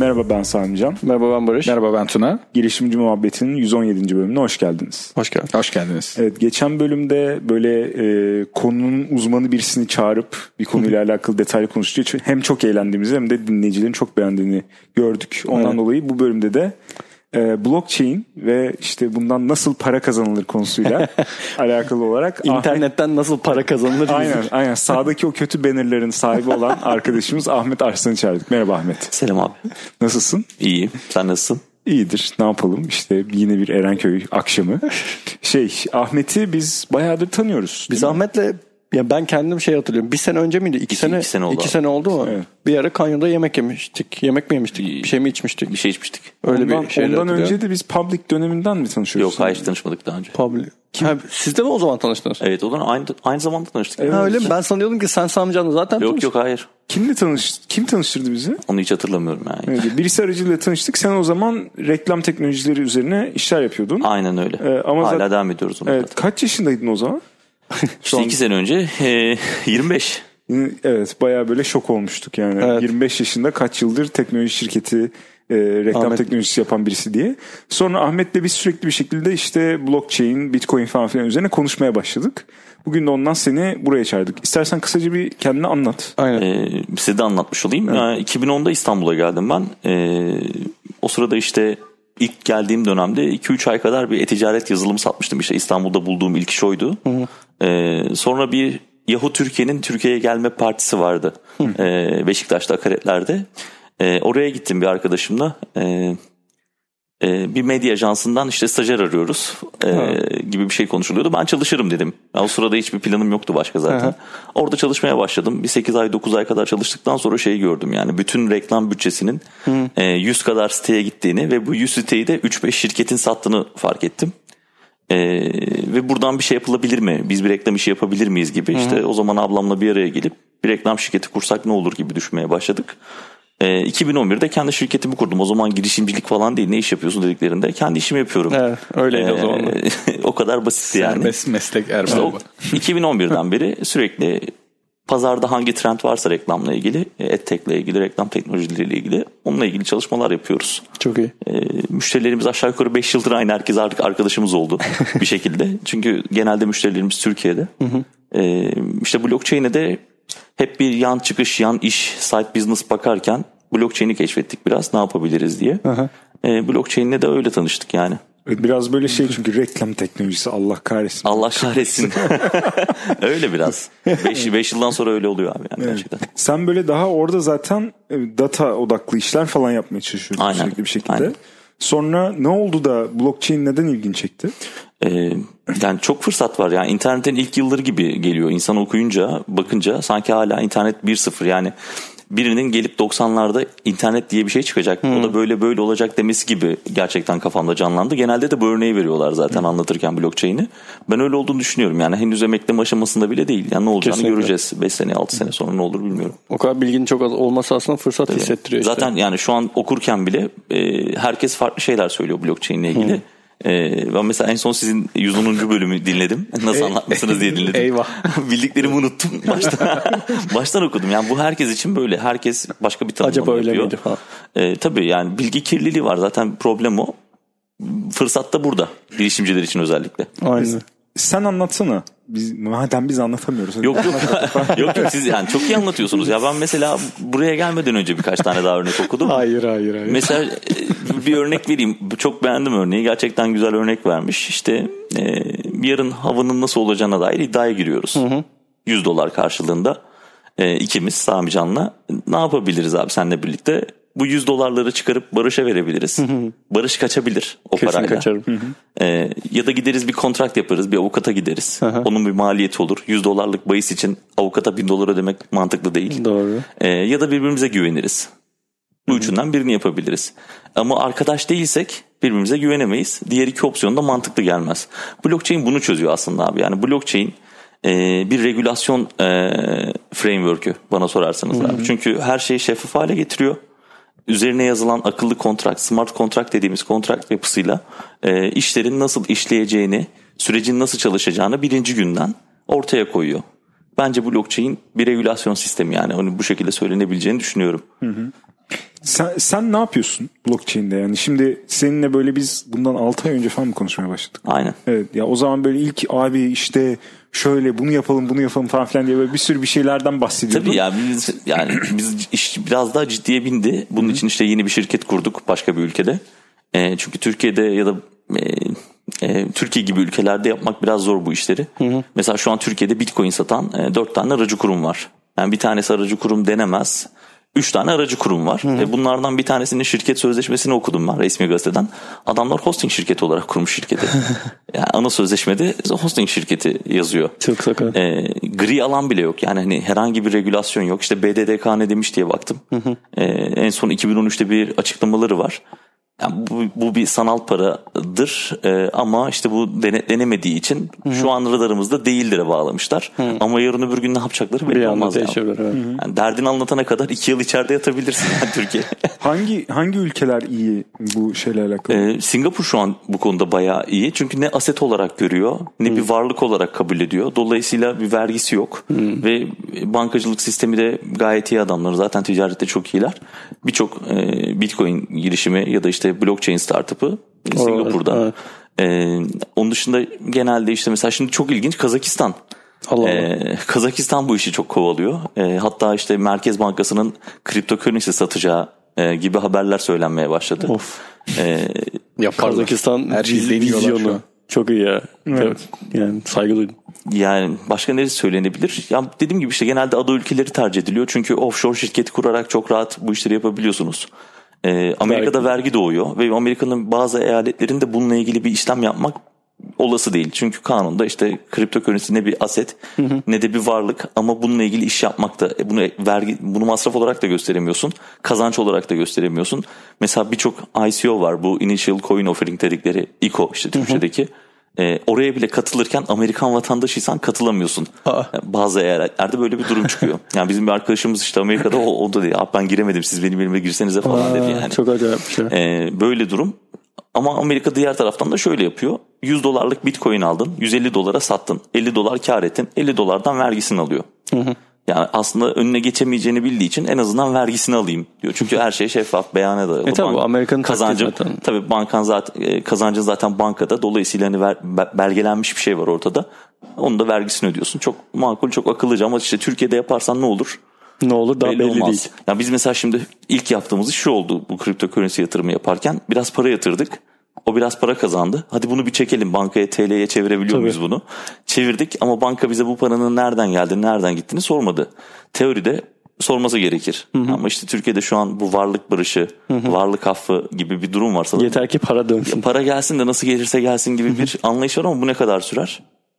Merhaba, ben Sami Can. Merhaba, ben Barış. Merhaba, ben Tuna. Girişimci Muhabbeti'nin 117. bölümüne hoş geldiniz. Hoş geldiniz. Evet, geçen bölümde böyle konunun uzmanı birisini çağırıp bir konuyla alakalı detaylı konuştuğu için hem çok eğlendiğimizi hem de dinleyicilerin çok beğendiğini gördük. Ondan dolayı bu bölümde de blockchain ve işte bundan nasıl para kazanılır konusuyla alakalı olarak İnternetten nasıl para kazanılır? Aynen. Sağdaki o kötü bannerların sahibi olan arkadaşımız Ahmet Arslan'ı çağırdık. Merhaba Ahmet. Selam abi. Nasılsın? İyiyim. Sen nasılsın? İyidir. Ne yapalım? İşte yine bir Erenköy akşamı. Ahmet'i biz bayağıdır tanıyoruz. Biz Ahmet'le ya ben kendim hatırlıyorum. Bir sene önce miydi? İki sene oldu. 2 sene oldu mu? Evet. Bir ara Kanyon'da yemek yemiştik. Yemek mi yemiştik? Bir şey mi içmiştik? Bir şey içmiştik. Ondan önce de biz Public döneminden mi tanışıyoruz? Yok, hayır, tanışmadık daha önce. Public. Siz de mi o zaman tanıştınız? Evet, o zaman aynı zamanda tanıştık. Evet. Öyle mi? Ben sanıyordum ki sen Sami Can'la zaten tanıştın. Yok, hayır. Kim tanıştırdı bizi? Onu hiç hatırlamıyorum yani. Evet, birisi aracılığıyla tanıştık. Sen o zaman reklam teknolojileri üzerine işler yapıyordun. Aynen öyle. Ama hala devam ediyoruz. Evet, kaç yaşındaydın o zaman? İşte 2 sene önce 25. Evet, bayağı böyle şok olmuştuk yani. Evet. 25 yaşında kaç yıldır teknoloji şirketi reklam teknolojisi yapan birisi diye. Sonra Ahmet'le biz sürekli bir şekilde işte blockchain, bitcoin falan filan üzerine konuşmaya başladık. Bugün de ondan seni buraya çağırdık. İstersen kısaca bir kendini anlat. Aynen. Size de anlatmış olayım. Evet. Yani 2010'da İstanbul'a geldim ben. O sırada işte ilk geldiğim dönemde 2-3 ay kadar bir e-ticaret yazılımı satmıştım. İşte İstanbul'da bulduğum ilk iş oydu. Sonra bir Yahoo Türkiye'nin Türkiye'ye gelme partisi vardı. Beşiktaş'ta, akaretlerde. Oraya gittim bir arkadaşımla. Bir medya ajansından işte stajyer arıyoruz gibi bir şey konuşuluyordu. Ben çalışırım dedim. O sırada hiçbir planım yoktu başka zaten. Orada çalışmaya başladım. Bir 8 ay 9 ay kadar çalıştıktan sonra şeyi gördüm. Yani bütün reklam bütçesinin 100 kadar siteye gittiğini ve bu 100 siteyi de 3-5 şirketin sattığını fark ettim. Ve buradan bir şey yapılabilir mi? Biz bir reklam işi yapabilir miyiz gibi. İşte o zaman ablamla bir araya gelip bir reklam şirketi kursak ne olur gibi düşünmeye başladık. 2011'de kendi şirketimi kurdum. O zaman girişimcilik falan değil. Ne iş yapıyorsun dediklerinde kendi işimi yapıyorum. Evet, öyleydi o zaman. O kadar basitti yani. Serbest meslek erbabı. İşte 2011'den beri sürekli pazarda hangi trend varsa reklamla ilgili, AdTech'le ilgili, reklam teknolojileriyle ilgili onunla ilgili çalışmalar yapıyoruz. Çok iyi. Müşterilerimiz aşağı yukarı 5 yıldır aynı. Herkes artık arkadaşımız oldu bir şekilde. Çünkü genelde müşterilerimiz Türkiye'de. İşte blockchain'e de hep bir yan çıkış, yan iş, side business bakarken blockchain'i keşfettik biraz, ne yapabiliriz diye. Blockchain'le de öyle tanıştık yani. Biraz böyle çünkü reklam teknolojisi, Allah kahretsin. Allah kahretsin. Öyle biraz. 5 yıldan sonra öyle oluyor abi yani gerçekten. Sen böyle daha orada zaten data odaklı işler falan yapmaya çalışıyordun sürekli bir şekilde. Aynen. Sonra ne oldu da blockchain neden ilgini çekti? Yani çok fırsat var yani, internetin ilk yılları gibi geliyor. İnsan okuyunca, bakınca sanki hala internet 1.0 yani. Birinin gelip 90'larda internet diye bir şey çıkacak. O da böyle olacak demesi gibi gerçekten kafamda canlandı. Genelde de bu örneği veriyorlar zaten anlatırken blockchain'i. Ben öyle olduğunu düşünüyorum. Yani henüz emekleme aşamasında bile değil. Yani ne olacağını göreceğiz. 5 sene 6 sene sonra ne olur bilmiyorum. O kadar bilginin çok az olması aslında fırsat hissettiriyor işte. Zaten yani şu an okurken bile herkes farklı şeyler söylüyor blockchain'le ilgili. Ben mesela en son sizin 110. bölümü dinledim. Nasıl anlatmışsınız diye dinledim. Eyvah. Bildiklerimi unuttum. Baştan okudum. Yani bu herkes için böyle. Herkes başka bir tanımlama yapıyor. Acaba öyle miydi falan. Tabii yani bilgi kirliliği var. Zaten problem o. Fırsat da burada. Girişimciler için özellikle. Aynen. Sen anlatsana. Madem biz anlatamıyoruz. Yok siz yani çok iyi anlatıyorsunuz. Ya ben mesela buraya gelmeden önce birkaç tane daha örnek okudum. Hayır. Mesela bir örnek vereyim. Çok beğendim örneği. Gerçekten güzel örnek vermiş. İşte yarın havanın nasıl olacağına dair iddiaya giriyoruz. $100 karşılığında ikimiz Sami Can'la ne yapabiliriz abi seninle birlikte? Bu $100'ları çıkarıp Barış'a verebiliriz. Barış kaçabilir o kesin parayla. Kaçarım. Ya da gideriz bir kontrakt yaparız, bir avukata gideriz. Onun bir maliyeti olur. $100'lık bahis için avukata $1000 ödemek mantıklı değil. Doğru. Ya da birbirimize güveniriz. Bu üçünden birini yapabiliriz. Ama arkadaş değilsek birbirimize güvenemeyiz. Diğer iki opsiyon da mantıklı gelmez. Blockchain bunu çözüyor aslında abi. Yani blockchain bir regülasyon framework'ü bana sorarsanız abi. Çünkü her şeyi şeffaf hale getiriyor. Üzerine yazılan akıllı kontrakt, smart kontrakt dediğimiz kontrakt yapısıyla işlerin nasıl işleyeceğini, sürecin nasıl çalışacağını birinci günden ortaya koyuyor. Bence blockchain bir regülasyon sistemi yani. Onu bu şekilde söylenebileceğini düşünüyorum. Sen ne yapıyorsun blockchain'de? Yani şimdi seninle böyle biz bundan 6 ay önce falan mı konuşmaya başladık? Aynen. Evet ya, o zaman böyle ilk abi işte şöyle bunu yapalım falan filan diye böyle bir sürü bir şeylerden bahsediyordun. Tabii ya biz iş biraz daha ciddiye bindi. Bunun için işte yeni bir şirket kurduk başka bir ülkede. Çünkü Türkiye'de ya da Türkiye gibi ülkelerde yapmak biraz zor bu işleri. Mesela şu an Türkiye'de Bitcoin satan 4 tane aracı kurum var. Yani bir tanesi aracı kurum denemez. 3 tane aracı kurum var. Bunlardan bir tanesinin şirket sözleşmesini okudum ben resmi gazeteden. Adamlar hosting şirketi olarak kurmuş şirketi. Yani ana sözleşmede hosting şirketi yazıyor. Çok sakat. Gri alan bile yok. Yani hani herhangi bir regülasyon yok. İşte BDDK ne demiş diye baktım. En son 2013'te bir açıklamaları var. Yani bu bir sanal paradır ama işte bu denetlenemediği için şu an radarımızda değildir'e bağlamışlar. Ama yarın öbür gün ne yapacakları belli olmaz. Yani derdini anlatana kadar 2 yıl içeride yatabilirsin yani Türkiye. Hangi ülkeler iyi bu şeyle alakalı? Singapur şu an bu konuda bayağı iyi. Çünkü ne aset olarak görüyor ne bir varlık olarak kabul ediyor. Dolayısıyla bir vergisi yok. Ve bankacılık sistemi de gayet iyi adamlar. Zaten ticarette çok iyiler. Birçok Bitcoin girişimi ya da işte blockchain startup'ı Singapur'da. Onun dışında genelde işte mesela şimdi çok ilginç Kazakistan. Kazakistan bu işi çok kovalıyor. Hatta işte Merkez Bankası'nın kriptokörrensi satacağı gibi haberler söylenmeye başladı. Kazakistan her şeyi vizyonu. Çok iyi ya. Evet. Yani saygı duydum. Yani başka neresi söylenebilir? Ya dediğim gibi işte genelde ada ülkeleri tercih ediliyor. Çünkü offshore şirketi kurarak çok rahat bu işleri yapabiliyorsunuz. Amerika'da vergi doğuyor ve Amerika'nın bazı eyaletlerinde bununla ilgili bir işlem yapmak olası değil. Çünkü kanunda işte kriptokörrensi ne bir aset ne de bir varlık ama bununla ilgili iş yapmakta bunu masraf olarak da gösteremiyorsun. Kazanç olarak da gösteremiyorsun. Mesela birçok ICO var, bu Initial Coin Offering dedikleri ICO işte Türkçedeki. Oraya bile katılırken Amerikan vatandaşıysan katılamıyorsun. Bazı eyaletlerde böyle bir durum çıkıyor. Yani bizim bir arkadaşımız işte Amerika'da o da dedi ben giremedim, siz benim elime girsenize falan dedi yani. Çok acayip bir şey. Böyle durum. Ama Amerika diğer taraftan da şöyle yapıyor. $100 Bitcoin aldın, $150 sattın, $50 kar ettin, $50'dan vergisini alıyor. Yani aslında önüne geçemeyeceğini bildiği için en azından vergisini alayım diyor. Çünkü her şey şeffaf, beyana dayalı. Tabii Amerika'nın kazancı zaten. Tabii kazancın zaten bankada. Dolayısıyla hani belgelenmiş bir şey var ortada. Onun da vergisini ödüyorsun. Çok makul, çok akıllıca ama işte Türkiye'de yaparsan ne olur? Ne olur daha belli olmaz. değil. Ya biz mesela şimdi ilk yaptığımız iş şu oldu, bu kriptokörrensi yatırımı yaparken biraz para yatırdık. O biraz para kazandı. Hadi bunu bir çekelim, bankaya TL'ye çevirebiliyor muyuz bunu? Çevirdik ama banka bize bu paranın nereden geldiğini, nereden gittiğini sormadı. Teoride sorması gerekir. Ama işte Türkiye'de şu an bu varlık barışı, varlık affı gibi bir durum var sanırım. Yeter ki para dönsün. Para gelsin de nasıl gelirse gelsin gibi bir anlayış var ama bu ne kadar sürer?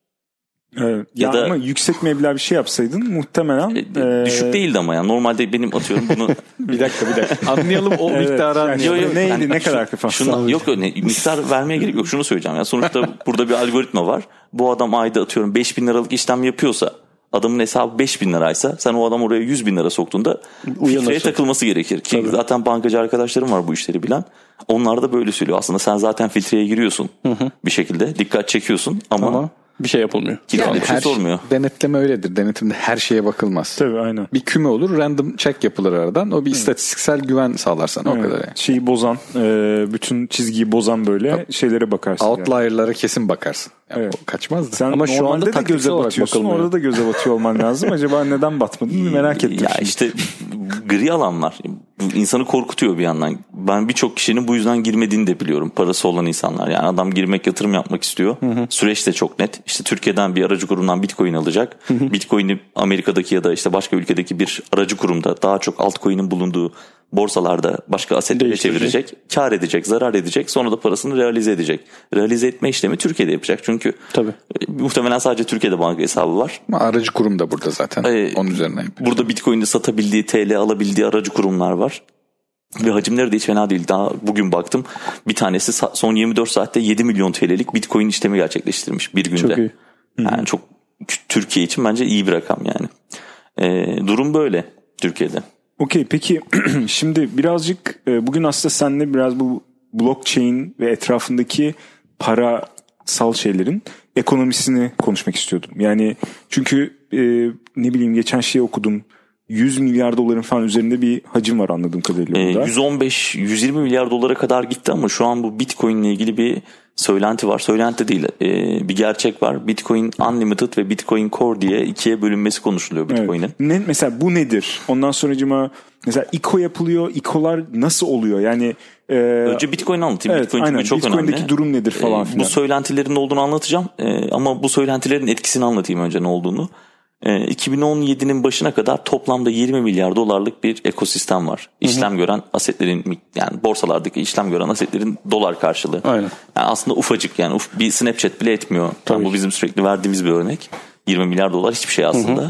Evet. Ya da, ama yüksek meblağ bir şey yapsaydın muhtemelen düşük değildi ama yani normalde benim atıyorum bunu bir dakika anlayalım o miktarı anlayalım. Neydi yani, ne kadar kafasında? Yok miktar vermeye gerek yok, şunu söyleyeceğim. Yani sonuçta burada bir algoritma var. Bu adam ayda atıyorum 5.000 liralık işlem yapıyorsa, adamın hesabı 5.000 liraysa sen o adam oraya 100.000 lira soktuğunda filtreye takılması gerekir. Ki zaten bankacı arkadaşlarım var bu işleri bilen. Onlar da böyle söylüyor. Aslında sen zaten filtreye giriyorsun bir şekilde, dikkat çekiyorsun ama bir şey yapılmıyor. Yani bir şey sormuyor. Denetleme öyledir. Denetimde her şeye bakılmaz. Tabii aynen. Bir küme olur, random check yapılır aradan. O bir istatistiksel güven sağlar sana, o kadar yani. Şeyi bozan, bütün çizgiyi bozan böyle şeylere bakarsın. Outlier'lara kesin bakarsın. Yani o kaçmazdı. Sen ama şu anda da göze batıyorsun. Orada da göze batıyor olman lazım. Acaba neden batmadın merak ettim. Ya işte gri alanlar insanı korkutuyor bir yandan. Ben birçok kişinin bu yüzden girmediğini de biliyorum. Parası olan insanlar. Yani adam girmek, yatırım yapmak istiyor. Süreç de çok net. İşte Türkiye'den bir aracı kurumdan Bitcoin alacak. Bitcoin'i Amerika'daki ya da işte başka ülkedeki bir aracı kurumda daha çok altcoin'in bulunduğu borsalarda başka asetlere çevirecek. Kar edecek, zarar edecek. Sonra da parasını realize edecek. Realize etme işlemi Türkiye'de yapacak. Çünkü muhtemelen sadece Türkiye'de banka hesabı var. Ama aracı kurum da burada zaten. Onun üzerine yapıyor. Burada Bitcoin'i satabildiği, TL alabildiği aracı kurumlar var. Ve hacimleri de hiç fena değil. Daha bugün baktım. Bir tanesi son 24 saatte 7 milyon TL'lik Bitcoin işlemi gerçekleştirmiş bir günde. Çok iyi. Yani çok Türkiye için bence iyi bir rakam yani. Durum böyle Türkiye'de. Okey, peki şimdi birazcık bugün aslında seninle biraz bu blockchain ve etrafındaki parasal şeylerin ekonomisini konuşmak istiyordum. Yani çünkü ne bileyim geçen şeyi okudum. 100 milyar doların falan üzerinde bir hacim var anladığım kadarıyla. 115-120 milyar dolara kadar gitti ama şu an bu Bitcoin ile ilgili bir söylenti var. Söylenti değil, bir gerçek var. Bitcoin Unlimited ve Bitcoin Core diye ikiye bölünmesi konuşuluyor Bitcoin'in. Evet. Mesela bu nedir? Ondan sonracıma mesela ICO yapılıyor. ICO'lar nasıl oluyor? Yani önce Bitcoin'i anlatayım. Evet, Bitcoin çünkü çok Bitcoin'deki önemli. Durum nedir falan filan. Bu söylentilerin ne olduğunu anlatacağım. Ama bu söylentilerin etkisini anlatayım önce ne olduğunu. 2017'nin başına kadar toplamda 20 milyar dolarlık bir ekosistem var. İşlem gören asetlerin, yani borsalardaki işlem gören asetlerin dolar karşılığı. Aynen. Yani aslında ufacık, yani bir Snapchat bile etmiyor. Yani bu bizim sürekli verdiğimiz bir örnek. 20 milyar dolar hiçbir şey aslında.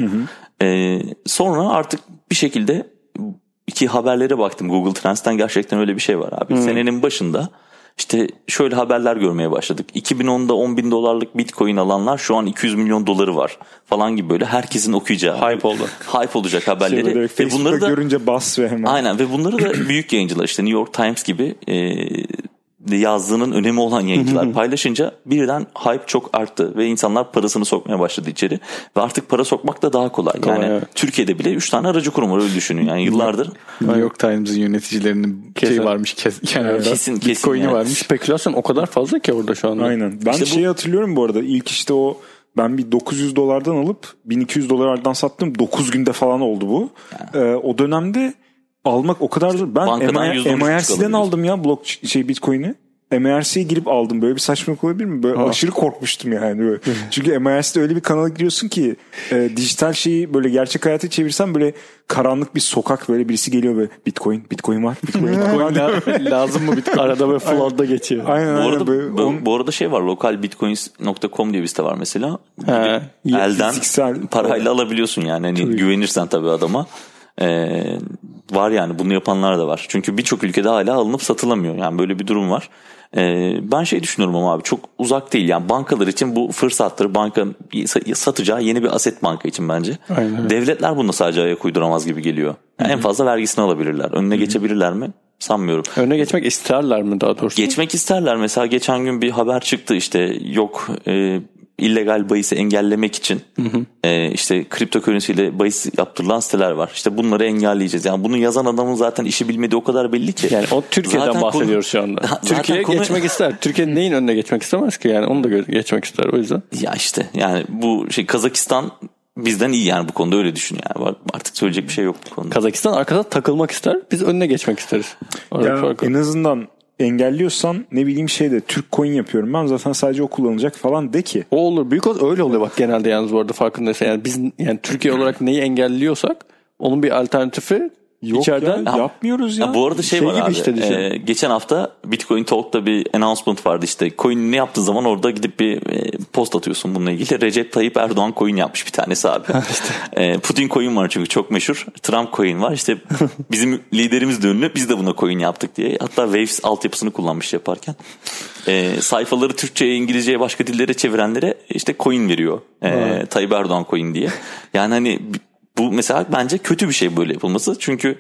Sonra artık bir şekilde iki haberlere baktım. Google Trends'ten gerçekten öyle bir şey var abi. Senenin başında İşte şöyle haberler görmeye başladık. 2010'da 10 bin dolarlık Bitcoin alanlar şu an 200 milyon doları var falan gibi, böyle herkesin okuyacağı. Hype oldu. Hype olacak haberleri. Ve bunları da görünce bas ve hemen. Aynen, ve bunları da büyük yayıncılar, işte New York Times gibi yazdığının önemi olan yayıncılar paylaşınca birden hype çok arttı ve insanlar parasını sokmaya başladı içeri. Ve artık para sokmak da daha kolay. Yani evet. Türkiye'de bile 3 tane aracı kurum var, öyle düşünün. Yani yıllardır. New York Times'ın yöneticilerinin varmış kesin Bitcoin'i yani. Varmış. Spekülasyon o kadar fazla ki orada şu anda. Aynen. Ben işte hatırlıyorum bu arada. İlk işte ben bir 900 dolardan alıp 1200 dolardan sattım. 9 günde falan oldu bu. Yani. O dönemde almak o kadar zor. Ben MIRC'den aldım ya Bitcoin'i. MIRC'ye girip aldım. Böyle bir saçmalık olabilir mi? Böyle aşırı korkmuştum yani. Böyle. Çünkü MIRC'de öyle bir kanala giriyorsun ki dijital şeyi böyle gerçek hayata çevirsen böyle karanlık bir sokak, böyle birisi geliyor böyle Bitcoin var. Bitcoin lazım mı? Arada böyle flood'da geçiyor. Aynen. Bu arada şey var, lokalbitcoins.com diye bir site var mesela. Elden parayla alabiliyorsun yani. Hani güvenirsen tabii adama. Var yani, bunu yapanlar da var. Çünkü birçok ülkede hala alınıp satılamıyor. Yani böyle bir durum var. Ben düşünüyorum ama abi, çok uzak değil. Yani bankalar için bu fırsattır. Banka satacağı yeni bir aset banka için bence. Aynen. Devletler buna sadece ayak uyduramaz gibi geliyor. Yani en fazla vergisini alabilirler. Önüne geçebilirler mi? Sanmıyorum. Önüne geçmek isterler mi daha doğrusu? Geçmek isterler. Mesela geçen gün bir haber çıktı, işte yok illegal bahisi engellemek için işte kriptokörünsi ile bahis yaptırılan siteler var. İşte bunları engelleyeceğiz. Yani bunu yazan adamın zaten işi bilmediği o kadar belli ki. Yani o Türkiye'den bahsediyoruz şu anda. Türkiye geçmek ister. Türkiye neyin önüne geçmek istemez ki? Yani onu da geçmek ister o yüzden. Ya işte yani bu Kazakistan bizden iyi yani bu konuda, öyle düşün yani. Artık söyleyecek bir şey yok bu konuda. Kazakistan arkada takılmak ister. Biz önüne geçmek isteriz. Ya en azından engelliyorsan ne bileyim Türk coin yapıyorum ben, zaten sadece o kullanılacak falan de ki. O olur. Büyük öyle oluyor bak genelde yalnız bu arada, farkındaysan. Yani biz Türkiye olarak neyi engelliyorsak onun bir alternatifi yok içeriden yapmıyoruz ya. Bu arada var abi. Işte geçen hafta Bitcoin Talk'ta bir announcement vardı işte. Coin ne yaptığı zaman orada gidip bir post atıyorsun bununla ilgili. Recep Tayyip Erdoğan coin yapmış bir tanesi abi. Putin coin var çünkü çok meşhur. Trump coin var. İşte bizim liderimiz de ünlü. Biz de buna coin yaptık diye. Hatta Waves altyapısını kullanmış yaparken. Sayfaları Türkçe'ye, İngilizce'ye, başka dillere çevirenlere işte coin veriyor. Tayyip Erdoğan coin diye. Yani hani bu mesela bence kötü bir şey böyle yapılması. Çünkü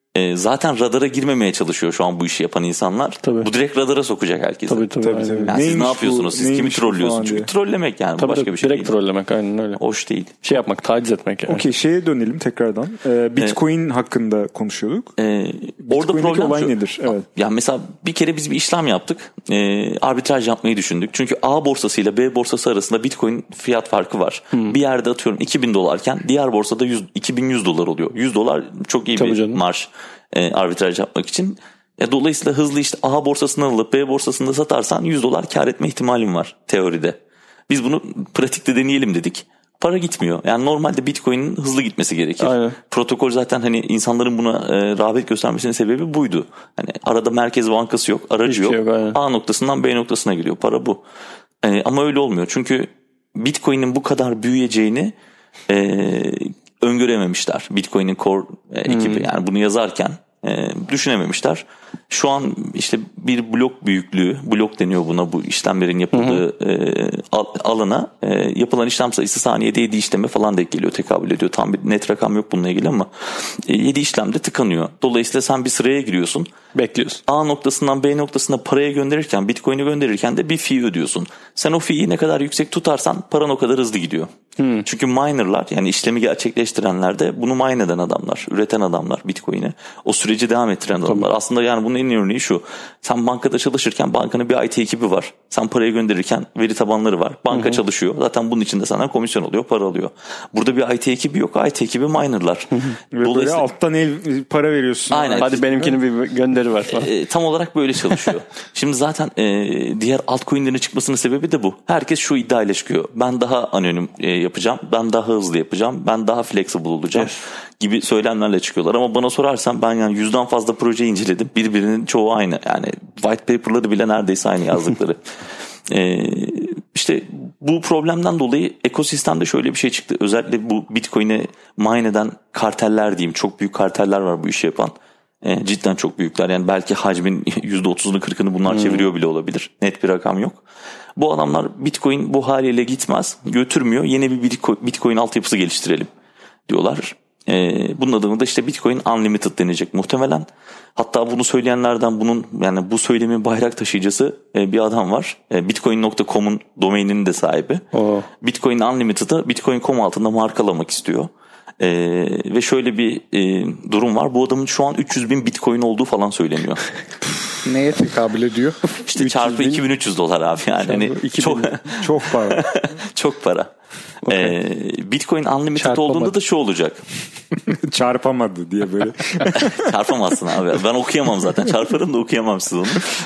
zaten radara girmemeye çalışıyor şu an bu işi yapan insanlar. Tabii. Bu direkt radara sokacak herkesi. Tabii. Yani siz ne yapıyorsunuz? Siz kimi trollüyorsunuz? Çünkü trollemek yani. Tabii, başka bir şey direkt değil. trollemek, aynen öyle. Hoş değil. Yapmak, taciz etmek yani. Okey, şeye dönelim tekrardan. Bitcoin hakkında konuşuyorduk. Orada problem olay şu. nedir? Evet. Yani mesela bir kere biz bir işlem yaptık. Arbitraj yapmayı düşündük. Çünkü A borsası ile B borsası arasında Bitcoin fiyat farkı var. Bir yerde atıyorum 2000 dolarken diğer borsada 2100 dolar oluyor. 100 dolar çok iyi bir marj. Arbitraj yapmak için. Dolayısıyla hızlı işte A borsasından alıp B borsasında satarsan 100 dolar kar etme ihtimalin var teoride. Biz bunu pratikte deneyelim dedik. Para gitmiyor. Yani normalde Bitcoin'in hızlı gitmesi gerekir. Aynen. Protokol zaten hani insanların buna rağbet göstermesinin sebebi buydu. Hani arada merkez bankası yok, aracı yok. A noktasından B noktasına giriyor. Para bu. Ama öyle olmuyor. Çünkü Bitcoin'in bu kadar büyüyeceğini öngörememişler. Bitcoin'in core ekibi yani bunu yazarken düşünememişler. Şu an işte bir blok büyüklüğü, blok deniyor buna, bu işlemlerin yapıldığı alana yapılan işlem sayısı saniyede 7 işleme falan denk geliyor, tekabül ediyor. Tam bir net rakam yok bununla ilgili ama 7 işlemde tıkanıyor. Dolayısıyla sen bir sıraya giriyorsun. Bekliyorsun. A noktasından B noktasına paraya gönderirken, Bitcoin'i gönderirken de bir fee ödüyorsun. Sen o fee'yi ne kadar yüksek tutarsan paran o kadar hızlı gidiyor. Çünkü minerlar, yani işlemi gerçekleştirenler de bunu mine eden adamlar, üreten adamlar Bitcoin'i. O süreci devam ettiren adamlar. Aslında yani bunun en iyi örneği şu. Sen bankada çalışırken bankanın bir IT ekibi var. Sen parayı gönderirken veri tabanları var. Banka çalışıyor. Zaten bunun içinde sana komisyon oluyor, para alıyor. Burada bir IT ekibi yok. IT ekibi minerlar. Ve böyle alttan para veriyorsun. Aynen. Hadi benimkini bir gönderi ver falan. Tam olarak böyle çalışıyor. Şimdi zaten diğer altcoin'lerin çıkmasının sebebi de bu. Herkes şu iddiayla çıkıyor. Ben daha anonim yapacağım. Ben daha hızlı yapacağım. Ben daha flexible olacağım gibi söylemlerle çıkıyorlar. Ama bana sorarsan ben yani 100'den fazla proje inceledim. Birbirinin çoğu aynı. Yani white paper'ları bile neredeyse aynı yazdıkları. İşte bu problemden dolayı ekosistemde şöyle bir şey çıktı. Özellikle bu Bitcoin'e mine eden karteller diyeyim. Çok büyük karteller var bu işi yapan. Cidden çok büyükler. Yani belki hacmin %30'unu 40'ını bunlar çeviriyor bile olabilir. Net bir rakam yok. Bu adamlar Bitcoin bu haliyle gitmez, götürmüyor. Yeni bir Bitcoin altyapısı geliştirelim diyorlar. Bunun adını da işte Bitcoin Unlimited denecek muhtemelen. Hatta bunu söyleyenlerden, bunun yani bu söylemin bayrak taşıyıcısı bir adam var. Bitcoin.com'un domaininin de sahibi. Bitcoin Unlimited'ı Bitcoin.com altında markalamak istiyor. Ve şöyle bir durum var. Bu adamın şu an 300.000 Bitcoin olduğu falan söyleniyor. Neye tekabül ediyor? İşte çarpı $2.300 abi yani. Hani çok para. Çok para. Okay. Bitcoin Unlimited olduğunda da şu olacak. Çarpamadı diye böyle. Çarpamazsın abi. Ben okuyamam zaten. Çarparım da okuyamam siz onu.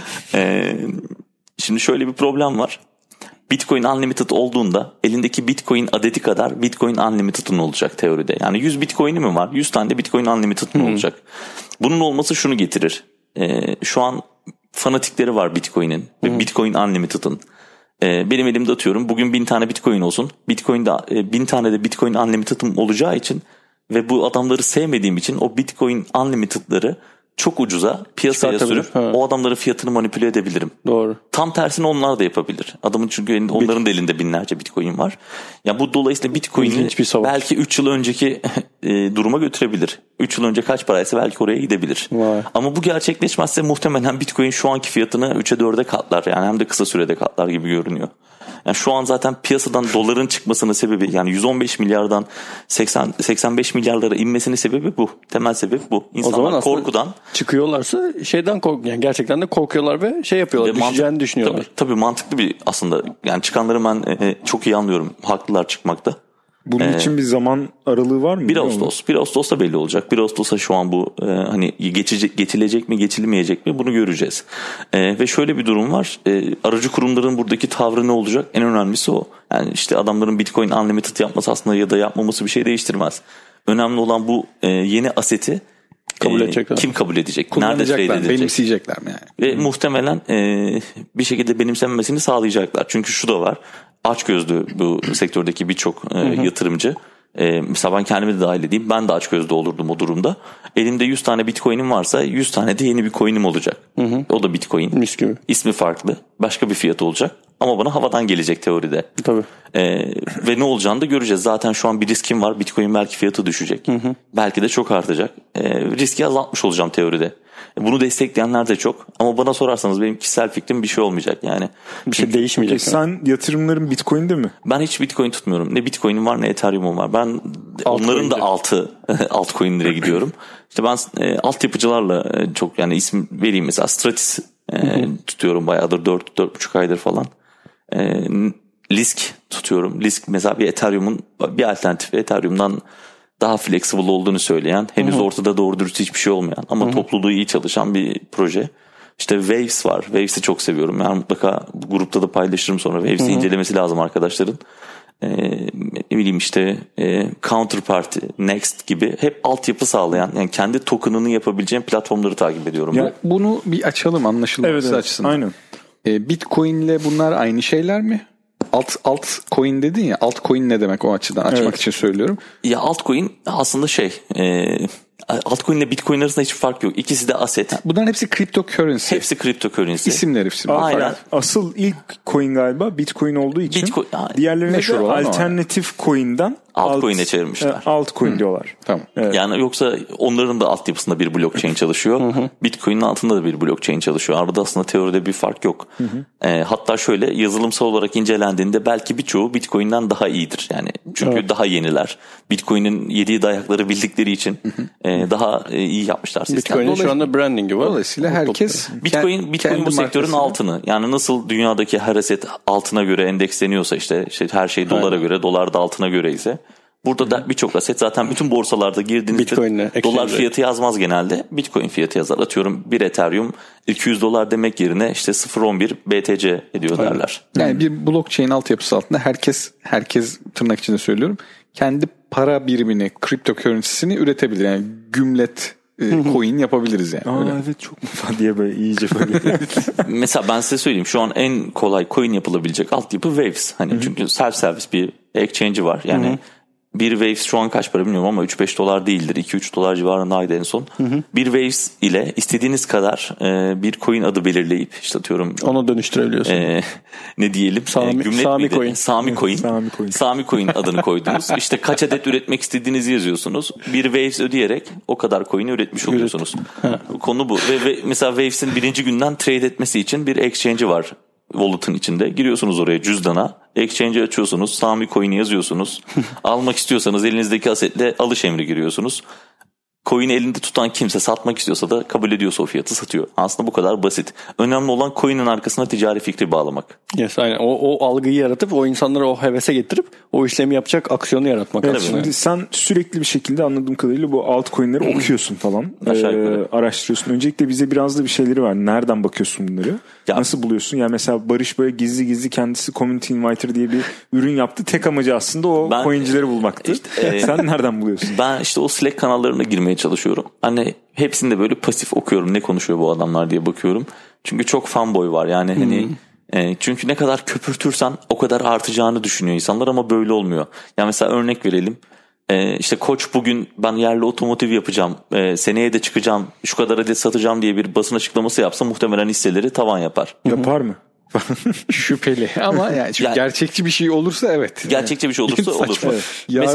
Şimdi şöyle bir problem var. Bitcoin Unlimited olduğunda elindeki Bitcoin adeti kadar Bitcoin Unlimited'ın olacak teoride. Yani 100 Bitcoin'i mi var? 100 tane de Bitcoin Unlimited'ın olacak. Bunun olması şunu getirir. Şu an fanatikleri var Bitcoin'in ve Bitcoin Unlimited'ın. Benim elimde atıyorum bugün 1000 tane Bitcoin olsun. Bitcoin'de 1000 tane de Bitcoin Unlimited'ım olacağı için ve bu adamları sevmediğim için o Bitcoin Unlimited'ları çok ucuza piyasaya sürüp o adamların fiyatını manipüle edebilirim. Doğru. Tam tersini onlar da yapabilir. Adamın çünkü onların da elinde binlerce Bitcoin var. Ya bu dolayısıyla Bitcoin'i belki 3 yıl önceki duruma götürebilir. 3 yıl önce kaç paraysa belki oraya gidebilir. Vay. Ama bu gerçekleşmezse muhtemelen Bitcoin şu anki fiyatını 3'e 4'e katlar. Yani hem de kısa sürede katlar gibi görünüyor. Yani şu an zaten piyasadan doların çıkmasının sebebi, yani 115 milyardan 85 milyarlara inmesinin sebebi bu. Temel sebep bu. İnsanlar korkudan çıkıyorlarsa şeyden yani gerçekten de korkuyorlar ve şey yapıyorlar. Düşeceğini düşünüyorlar. Tabii mantıklı bir aslında. Yani çıkanları ben çok iyi anlıyorum. Haklılar çıkmakta. Bunun için bir zaman aralığı var mı? 1 Ağustos. 1 Ağustos'ta belli olacak. 1 Ağustos'a şu an bu hani geçilecek mi geçilmeyecek mi bunu göreceğiz. Ve şöyle bir durum var. Aracı kurumların buradaki tavrı ne olacak? En önemlisi o. Yani işte adamların Bitcoin Unlimited yapması aslında ya da yapmaması bir şey değiştirmez. Önemli olan bu yeni aseti kim kabul edecek? Nerede trade edilecek? Benimseyecekler mi yani? Ve muhtemelen bir şekilde benimsenmesini sağlayacaklar. Çünkü şu da var. Açgözlü bu sektördeki birçok yatırımcı. Mesela ben kendimi de dahil edeyim. Ben de açgözlü olurdum o durumda. Elimde 100 tane Bitcoin'im varsa 100 tane de yeni bir coin'im olacak. O da Bitcoin. Mis gibi. İsmi farklı. Başka bir fiyat olacak. Ama bana havadan gelecek teoride. Tabii. Ve ne olacağını da göreceğiz. Zaten şu an bir riskim var. Bitcoin belki fiyatı düşecek. Belki de çok artacak. Riski azaltmış olacağım teoride. Bunu destekleyenler de çok. Ama bana sorarsanız benim kişisel fikrim bir şey olmayacak yani. Bir şey değişmeyecek. Sen yatırımların Bitcoin'de mi? Ben hiç Bitcoin tutmuyorum. Ne Bitcoin'im var ne Ethereum'um var. Ben onların da altcoin'lere gidiyorum. İşte ben altyapıcılarla çok, yani isim vereyim mesela Stratis tutuyorum bayağıdır, 4,5 aydır falan. Lisk tutuyorum. Lisk mesela bir Ethereum'un bir alternatifi, Ethereum'dan daha flexible olduğunu söyleyen, henüz ortada doğru dürüst hiçbir şey olmayan ama topluluğu iyi çalışan bir proje. İşte Waves var. Waves'i çok seviyorum. Yani mutlaka grupta da paylaşırım sonra. Waves'i incelemesi lazım arkadaşların. Ne bileyim işte Counterparty, Next gibi hep altyapı sağlayan, yani kendi token'ını yapabileceğim platformları takip ediyorum. Ya bunu bir açalım anlaşılması açısından. Aynen. Bitcoin'le bunlar aynı şeyler mi? Altcoin dedin ya. Altcoin ne demek o açıdan? Açmak için söylüyorum. Ya altcoin aslında altcoin ile Bitcoin arasında hiçbir fark yok. İkisi de aset. Bunların hepsi cryptocurrency. Hepsi cryptocurrency. İsimler hepsi. Aynen. Asıl ilk coin galiba Bitcoin olduğu için diğerlerine de alternatif coin'den altcoin'e çevirmişler. Altcoin diyorlar. Tamam. Evet. Yani yoksa onların da altyapısında bir blockchain çalışıyor. Bitcoin'in altında da bir blockchain çalışıyor. Arada aslında teoride bir fark yok. Hatta şöyle yazılımsal olarak incelendiğinde belki birçoğu Bitcoin'den daha iyidir. Yani çünkü daha yeniler. Bitcoin'in yediği dayakları bildikleri için daha iyi yapmışlar sistemi. Bitcoin'in şu anda branding'i var. Dolayısıyla herkes Bitcoin bu sektörün altını. Yani nasıl dünyadaki her aset altına göre endeksleniyorsa işte her şey dolara göre, dolar da altına göre ise burada da birçok aset zaten bütün borsalarda girdiğinizde dolar fiyatı yazmaz genelde. Bitcoin fiyatı yazar. Atıyorum bir Ethereum $200 demek yerine işte 0.11 BTC ediyor derler. Yani bir blockchain altyapısı altında herkes tırnak içinde söylüyorum, kendi para birimini, cryptocurrency'sini üretebilir. Yani gümlet coin yapabiliriz yani. Evet çok mu diye böyle iyice böyle. Mesela ben size söyleyeyim, şu an en kolay coin yapılabilecek altyapı Waves. Hani çünkü self service bir exchange'i var. Yani bir Waves şu an kaç para bilmiyorum ama $3-5 değildir. $2-3 civarındaydı en son. Bir Waves ile istediğiniz kadar bir coin adı belirleyip işte atıyorum. Onu dönüştürebiliyorsun. Ne diyelim? Sami Coin. Sami Coin. Sami Coin adını koydunuz. İşte kaç adet üretmek istediğinizi yazıyorsunuz. Bir Waves ödeyerek o kadar coin'i üretmiş oluyorsunuz. Konu bu. Ve mesela Waves'in birinci günden trade etmesi için bir exchange'i var. Wallet'ın içinde. Giriyorsunuz oraya cüzdana. Exchange'i açıyorsunuz. Sami Coin'i yazıyorsunuz. Almak istiyorsanız elinizdeki asetle alış emri giriyorsunuz. Coin'i elinde tutan kimse satmak istiyorsa da kabul ediyorsa o fiyatı satıyor. Aslında bu kadar basit. Önemli olan coin'in arkasına ticari fikri bağlamak. Yes, aynen. O algıyı yaratıp o insanları o hevese getirip o işlemi yapacak aksiyonu yaratmak. Evet, şimdi sen sürekli bir şekilde anladığım kadarıyla bu altcoin'leri okuyorsun falan. Araştırıyorsun. Öncelikle bize biraz da bir şeyleri var. Nereden bakıyorsun bunları? Nasıl buluyorsun? Yani mesela Barış böyle gizli kendisi Community Inviter diye bir ürün yaptı. Tek amacı aslında o coincileri bulmaktı. Sen nereden buluyorsun? Ben işte o Slack kanallarına girmeye çalışıyorum. Hani hepsinde böyle pasif okuyorum. Ne konuşuyor bu adamlar diye bakıyorum. Çünkü çok fanboy var. Yani hani çünkü ne kadar köpürtürsen o kadar artacağını düşünüyor insanlar ama böyle olmuyor. Yani mesela örnek verelim. İşte Koç bugün ben yerli otomotiv yapacağım, seneye de çıkacağım, şu kadar adet satacağım diye bir basın açıklaması yapsa muhtemelen hisseleri tavan yapar. Yapar mı? Şüpheli ama yani gerçekçi bir şey olursa evet. Gerçekçi bir şey olursa olur. Evet.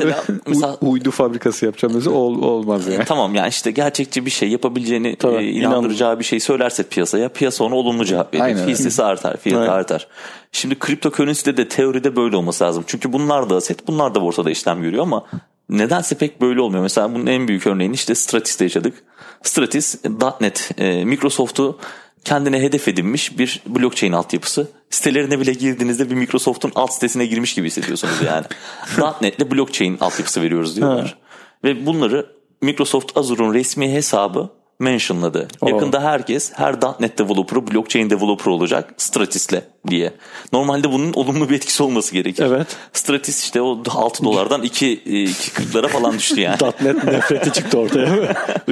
Mesela uydu fabrikası yapacağım mesela olmaz yani. Tamam yani işte gerçekçi bir şey yapabileceğini inandıracağı bir şey söylerse piyasa ona olumlu cevap verir. Aynen. Hissesi artar, fiyatı artar. Şimdi cryptocurrency'de de teoride böyle olması lazım. Çünkü bunlar da aset, bunlar da borsada işlem görüyor ama nedense pek böyle olmuyor. Mesela bunun en büyük örneğini işte Stratis'te yaşadık. Stratis, .NET, Microsoft'u kendine hedef edinmiş bir blockchain altyapısı. Sitelerine bile girdiğinizde bir Microsoft'un alt sitesine girmiş gibi hissediyorsunuz yani. .NET'le blockchain altyapısı veriyoruz diyorlar. Ve bunları Microsoft Azure'un resmi hesabı mentionladı. Yakında herkes her .NET developer'ı blockchain developer olacak Stratis'le diye. Normalde bunun olumlu bir etkisi olması gerekir. Evet. Stratis işte o $6'dan 2.40'lara falan düştü yani. .NET nefreti çıktı ortaya.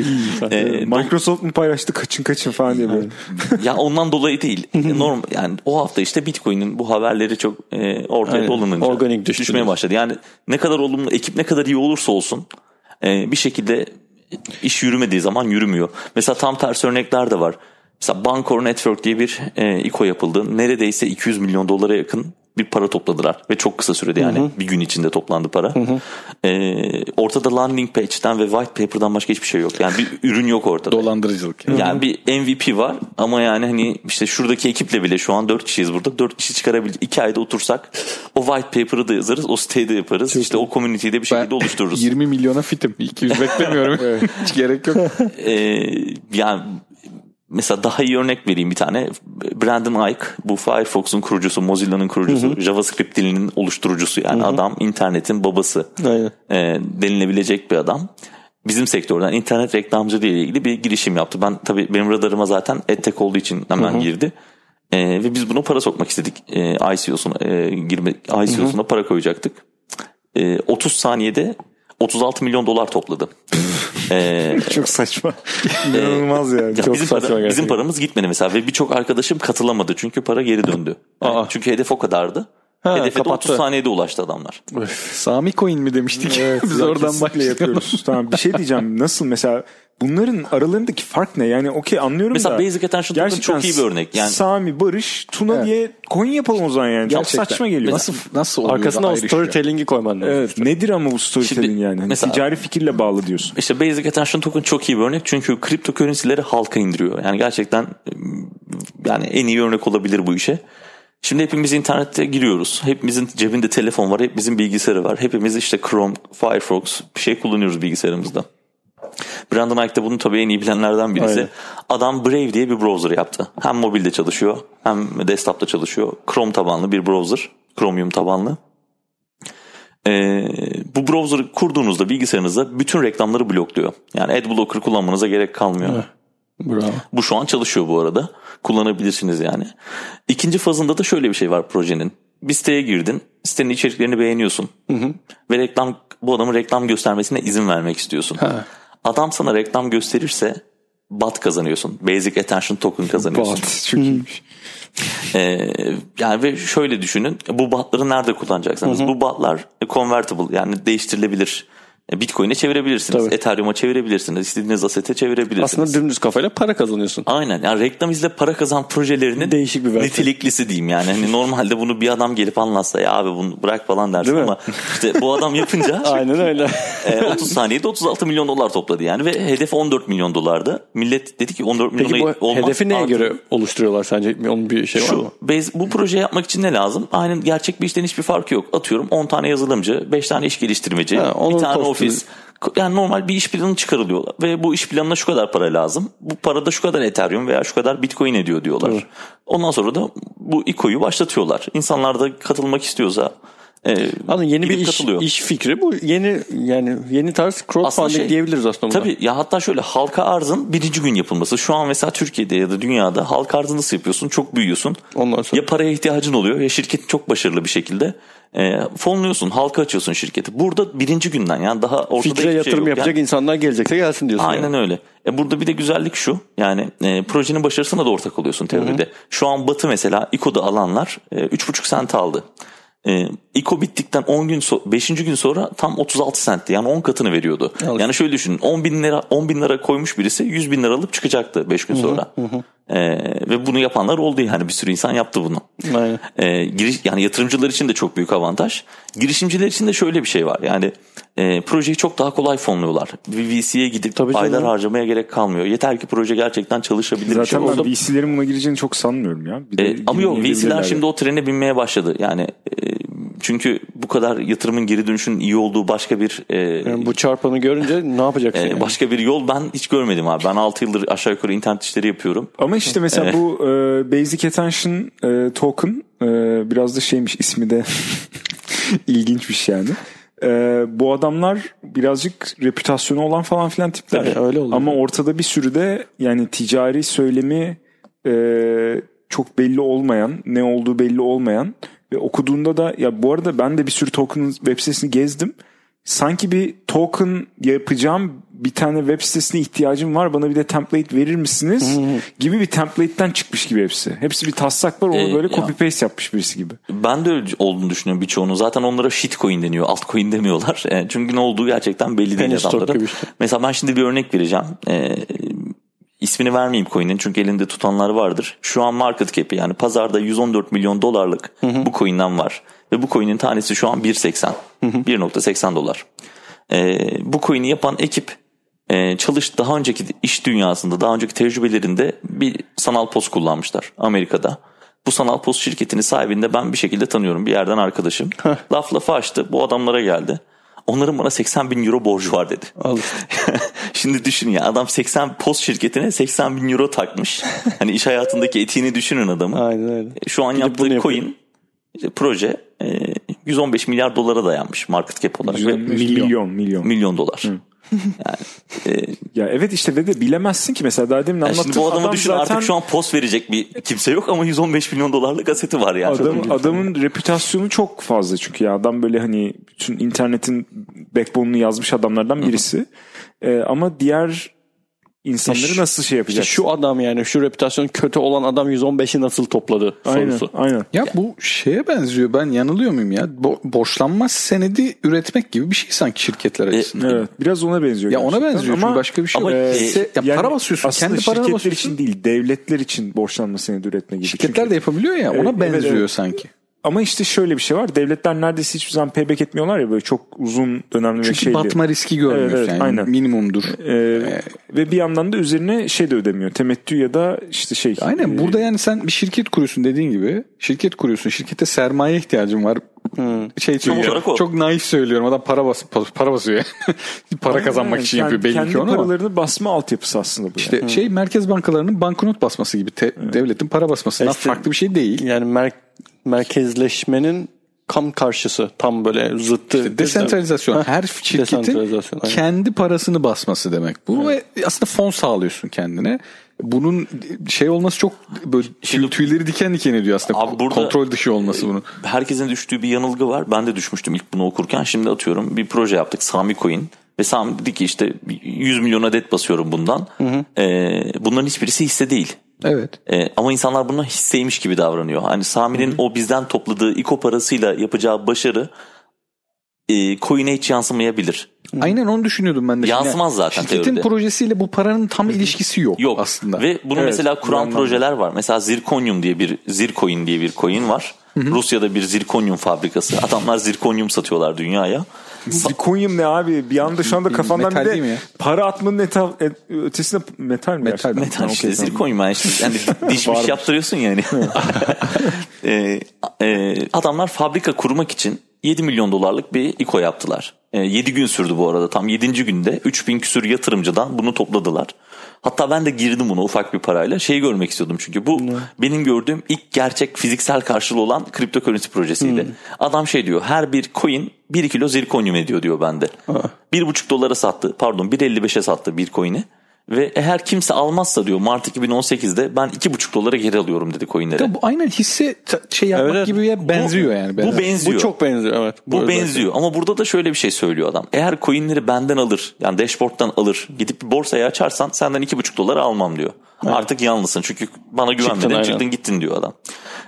Microsoft mu paylaştı kaçın falan diye böyle. Ya ondan dolayı değil. Normal yani o hafta işte Bitcoin'in bu haberleri çok ortaya dolanınca organik düşmeye başladı. Yani ne kadar olumlu, ekip ne kadar iyi olursa olsun bir şekilde iş yürümediği zaman yürümüyor. Mesela tam tersi örnekler de var. Mesela Bancor Network diye bir ICO yapıldı. Neredeyse $200 milyon yakın bir para topladılar. Ve çok kısa sürede yani bir gün içinde toplandı para. Ortada landing page'den ve white paper'dan başka hiçbir şey yok. Yani bir ürün yok ortada. Dolandırıcılık. Yani bir MVP var ama yani hani işte şuradaki ekiple bile şu an 4 kişiyiz burada. 4 kişi çıkarabilecek. 2 ayda otursak o white paper'ı da yazarız. O siteyi de yaparız. Çok işte o community'yi de bir şekilde oluştururuz. 20 milyona fitim. 200 beklemiyorum. Hiç gerek yok. Yani mesela daha iyi örnek vereyim bir tane. Brandon Ike, bu Firefox'un kurucusu, Mozilla'nın kurucusu, JavaScript dilinin oluşturucusu. Yani adam internetin babası denilebilecek bir adam. Bizim sektörden internet reklamcılığı ile ilgili bir girişim yaptı. Benim radarıma zaten EdTech olduğu için hemen girdi. Ve biz buna para sokmak istedik. ICO'suna para koyacaktık. 30 saniyede $36 milyon topladı. Çok saçma. İnanılmaz yani. Çok bizim paramız gitmedi mesela ve birçok arkadaşım katılamadı çünkü para geri döndü. Yani çünkü hedef o kadardı. Hedefe de 30 saniyede ulaştı adamlar. Sami Coin mi demiştik? Evet, biz oradan başlıyoruz. Tamam, bir şey diyeceğim. Nasıl mesela bunların aralarındaki fark ne? Yani okey, anlıyorum mesela da. Basic Attention Token çok iyi bir örnek. Yani Sami, Barış, Tuna diye coin yapalım o zaman yani. Çok saçma geliyor. Nasıl oluyor? Arkasına o storytelling'i koyman lazım. Evet. Nedir ama bu storytelling yani? Hani mesela, ticari fikirle bağlı diyorsun. İşte Basic Attention Token çok iyi bir örnek. Çünkü kripto currency'leri halka indiriyor. Yani gerçekten yani en iyi örnek olabilir bu işe. Şimdi hepimiz internette giriyoruz. Hepimizin cebinde telefon var. Hepimizin bilgisayarı var. Hepimiz işte Chrome, Firefox bir şey kullanıyoruz bilgisayarımızda. Brandon Ike de bunu tabii en iyi bilenlerden birisi. Aynen. Adam Brave diye bir browser yaptı. Hem mobilde çalışıyor hem desktop'ta çalışıyor. Chrome tabanlı bir browser. Chromium tabanlı. Bu browser'ı kurduğunuzda bilgisayarınızda bütün reklamları blokluyor. Yani adblocker kullanmanıza gerek kalmıyor. Bravo. Bu şu an çalışıyor bu arada. Kullanabilirsiniz yani. İkinci fazında da şöyle bir şey var projenin. Bir siteye girdin. Sitenin içeriklerini beğeniyorsun. Ve bu adamın reklam göstermesine izin vermek istiyorsun. Adam sana reklam gösterirse BAT kazanıyorsun. Basic Attention Token kazanıyorsun. BAT çok iyiymiş. Yani ve şöyle düşünün. Bu BAT'ları nerede kullanacaksınız? Bu BAT'lar convertible, yani değiştirilebilir. Bitcoin'e çevirebilirsiniz. Tabii. Ethereum'a çevirebilirsiniz. İstediğiniz asete çevirebilirsiniz. Aslında dümdüz kafayla para kazanıyorsun. Aynen. Yani reklam izle para kazan projelerinin değişik bir niteliklisi diyeyim yani. Hani normalde bunu bir adam gelip anlatsa ya abi bunu bırak falan dersin ama işte bu adam yapınca aynen öyle. 30 saniyede 36 milyon dolar topladı yani ve hedef 14 milyon dolardı. Millet dedi ki 14 milyona olmaz. Peki bu hedefi neye göre oluşturuyorlar sence? Onun bir şey var mı? Bu projeyi yapmak için ne lazım? Aynen, gerçek bir işten hiçbir farkı yok. Atıyorum 10 tane yazılımcı, 5 tane iş geliştirmeci, bir tane ofis. Yani normal bir iş planı çıkarılıyorlar ve bu iş planına şu kadar para lazım. Bu parada şu kadar Ethereum veya şu kadar Bitcoin ediyor diyorlar. Evet. Ondan sonra da bu ICO'yu başlatıyorlar. İnsanlar da katılmak istiyorsa yeni bir iş fikri bu. Yeni tarz crowdfunding diyebiliriz aslında. Tabii ya, hatta şöyle halka arzın birinci gün yapılması. Şu an mesela Türkiye'de ya da dünyada halka arzı nasıl yapıyorsun? Çok büyüyorsun. Ondan sonra ya paraya ihtiyacın oluyor ya şirketin çok başarılı bir şekilde fonluyorsun, halka açıyorsun şirketi. Burada birinci günden, yani daha ortada fikre hiçbir yatırım şey yok. yapacak insanlar gelecekse gelsin diyorsun. Aynen yani. Öyle. Burada bir de güzellik şu, yani projenin başarısına da ortak oluyorsun teoride. Hı-hı. Şu an Batı mesela ICO'da alanlar 3,5 sent aldı. ICO bittikten 5. gün sonra tam 36 sentti. Yani 10 katını veriyordu. Evet. Yani şöyle düşünün, 10 bin lira koymuş birisi 100 bin lira alıp çıkacaktı 5 gün sonra. Ve bunu yapanlar oldu, yani bir sürü insan yaptı bunu. Yani yatırımcılar için de çok büyük avantaj. Girişimciler için de şöyle bir şey var, yani projeyi çok daha kolay fonluyorlar. Bir VC'ye gidip aylar harcamaya gerek kalmıyor. Yeter ki proje gerçekten çalışabilir. Zaten ben VC'lerin buna gireceğini çok sanmıyorum ya. Ama yok, VC'ler şimdi o trene binmeye başladı. Yani çünkü bu kadar yatırımın geri dönüşünün iyi olduğu başka bir yani bu çarpanı görünce ne yapacaksın? Yani? Başka bir yol ben hiç görmedim abi. Ben 6 yıldır aşağı yukarı internet işleri yapıyorum. Ama işte mesela bu Basic Attention Token biraz da şeymiş, ismi de ilginçmiş yani. Bu adamlar birazcık reputasyonu olan falan filan tipler. Evet, öyle oluyor. Ama ortada bir sürü de yani ticari söylemi çok belli olmayan, ne olduğu belli olmayan ve okuduğunda da, ya bu arada ben de bir sürü token'ın web sitesini gezdim. Sanki bir token yapacağım, bir tane web sitesine ihtiyacım var, bana bir de template verir misiniz gibi bir template'ten çıkmış gibi hepsi. Hepsi bir taslak var, onu böyle copy paste yapmış birisi gibi. Ben de öyle olduğunu düşünüyorum birçoğunun. Zaten onlara shitcoin deniyor, altcoin demiyorlar. Çünkü ne olduğu gerçekten belli değil adamların. Işte. Mesela ben şimdi bir örnek vereceğim. İsmini vermeyeyim coin'in çünkü elinde tutanlar vardır. Şu an market cap'i, yani pazarda 114 milyon dolarlık bu coin'den var. Ve bu coin'in tanesi şu an 1.80. 1.80 dolar. Bu coin'i yapan ekip daha önceki iş dünyasında, daha önceki tecrübelerinde bir sanal poz kullanmışlar Amerika'da. Bu sanal poz şirketinin sahibini de ben bir şekilde tanıyorum. Bir yerden arkadaşım. Lafı açtı. Bu adamlara geldi. Onların bana 80 bin euro borcu var dedi. Şimdi düşün ya, adam 80 post şirketine 80 bin euro takmış. Hani iş hayatındaki etiğini düşünün adamın. Aynen öyle. Şu an yaptığı coin proje 115 milyar dolara dayanmış market cap olarak. Milyon dolar. Yani, ya evet işte ve de bilemezsin ki mesela daha demin anlattığım şimdi bu adamı düşün, zaten artık şu an post verecek bir kimse yok ama 115 milyon dolarlık aseti var yani. Adamın reputasyonu çok fazla çünkü ya adam böyle hani bütün internetin backbone'unu yazmış adamlardan birisi. Ama diğer insanları nasıl şey yapacak? İşte şu adam yani şu reputasyon kötü olan adam 115'i nasıl topladı sorusu. Aynen. Ya bu şeye benziyor. Ben yanılıyor muyum ya? Borçlanmaz senedi üretmek gibi bir şey sanki şirketler açısından. Evet. Biraz ona benziyor. Ya ona benziyor çünkü başka bir şey yok. Yani para basıyorsun. Kendi paranı basıyorsun. Şirketler için değil, devletler için borçlanma senedi üretme gibi. Şirketler de yapabiliyor ya. Ona benziyor sanki. Ama işte şöyle bir şey var. Devletler neredeyse hiçbir zaman payback etmiyorlar ya, böyle çok uzun dönemli çünkü bir şeydi. Çünkü batma riski görmüyorsun. Evet, yani aynen. Minimumdur. Ve bir yandan da üzerine şey de ödemiyor. Temettü ya da işte şey. Aynen. Burada yani sen bir şirket kuruyorsun dediğin gibi. Şirket kuruyorsun. Şirkete sermaye ihtiyacın var. Çok naif söylüyorum. Adam para basıyor. Para kazanmak için yapıyor belli kendi ki onu. Kendi paralarını basma altyapısı aslında bu. İşte merkez bankalarının banknot basması gibi devletin para basmasından farklı bir şey değil. Yani merkezleşmenin tam karşısı, tam böyle zıttı. İşte desentralizasyon. Her şirketin kendi parasını basması demek. Bu ve aslında fon sağlıyorsun kendine. Bunun şey olması çok böyle tüyleri diken diken ediyor aslında. Abi kontrol dışı olması bunun. Herkesin düştüğü bir yanılgı var. Ben de düşmüştüm ilk bunu okurken. Şimdi atıyorum bir proje yaptık, Sami Coin. Ve Sami dedi ki işte 100 milyon adet basıyorum bundan. Bunların hiçbirisi hisse değil. Evet. Ama insanlar buna hisseymiş gibi davranıyor. Hani Sami'nin o bizden topladığı İKO parasıyla yapacağı başarı coin'e hiç yansımayabilir. Aynen onu düşünüyordum ben de. Yansımaz zaten şirketin teoride. Projesiyle bu paranın tam ilişkisi yok aslında. Ve bunu mesela kuran projeler var. Mesela Zirconium diye bir Zircoin diye bir coin var. Rusya'da bir zirkonyum fabrikası. Adamlar zirkonyum satıyorlar dünyaya. Zirkonyum ne abi? Bir anda şu anda kafamdan bir de para atmanın ötesinde metal mi? Metal işte zirkonyum yani. Yani dişmiş yaptırıyorsun yani. Adamlar fabrika kurmak için 7 milyon dolarlık bir İKO yaptılar. 7 gün sürdü bu arada. Tam 7. günde 3000 küsur yatırımcıdan bunu topladılar. Hatta ben de girdim buna ufak bir parayla. Şeyi görmek istiyordum çünkü bu benim gördüğüm ilk gerçek fiziksel karşılığı olan kriptokörünsi projesiydi. Adam şey diyor, her bir coin 1 kilo zirkonyum ediyor diyor bende. 1,5 dolara sattı, pardon 1,55'e sattı bir coin'i. Ve eğer kimse almazsa diyor Mart 2018'de ben 2,5 dolara geri alıyorum dedi coin'leri. Bu aynen hisse yapmak gibi benziyor yani. Bu benziyor. Bu çok benziyor evet. Bu benziyor ama burada da şöyle bir şey söylüyor adam. Eğer coin'leri benden alır, yani dashboard'dan alır, gidip bir borsaya açarsan senden 2,5 dolara almam diyor. Evet. Artık yalnızsın çünkü bana güvenmedin, çıktın gittin diyor adam.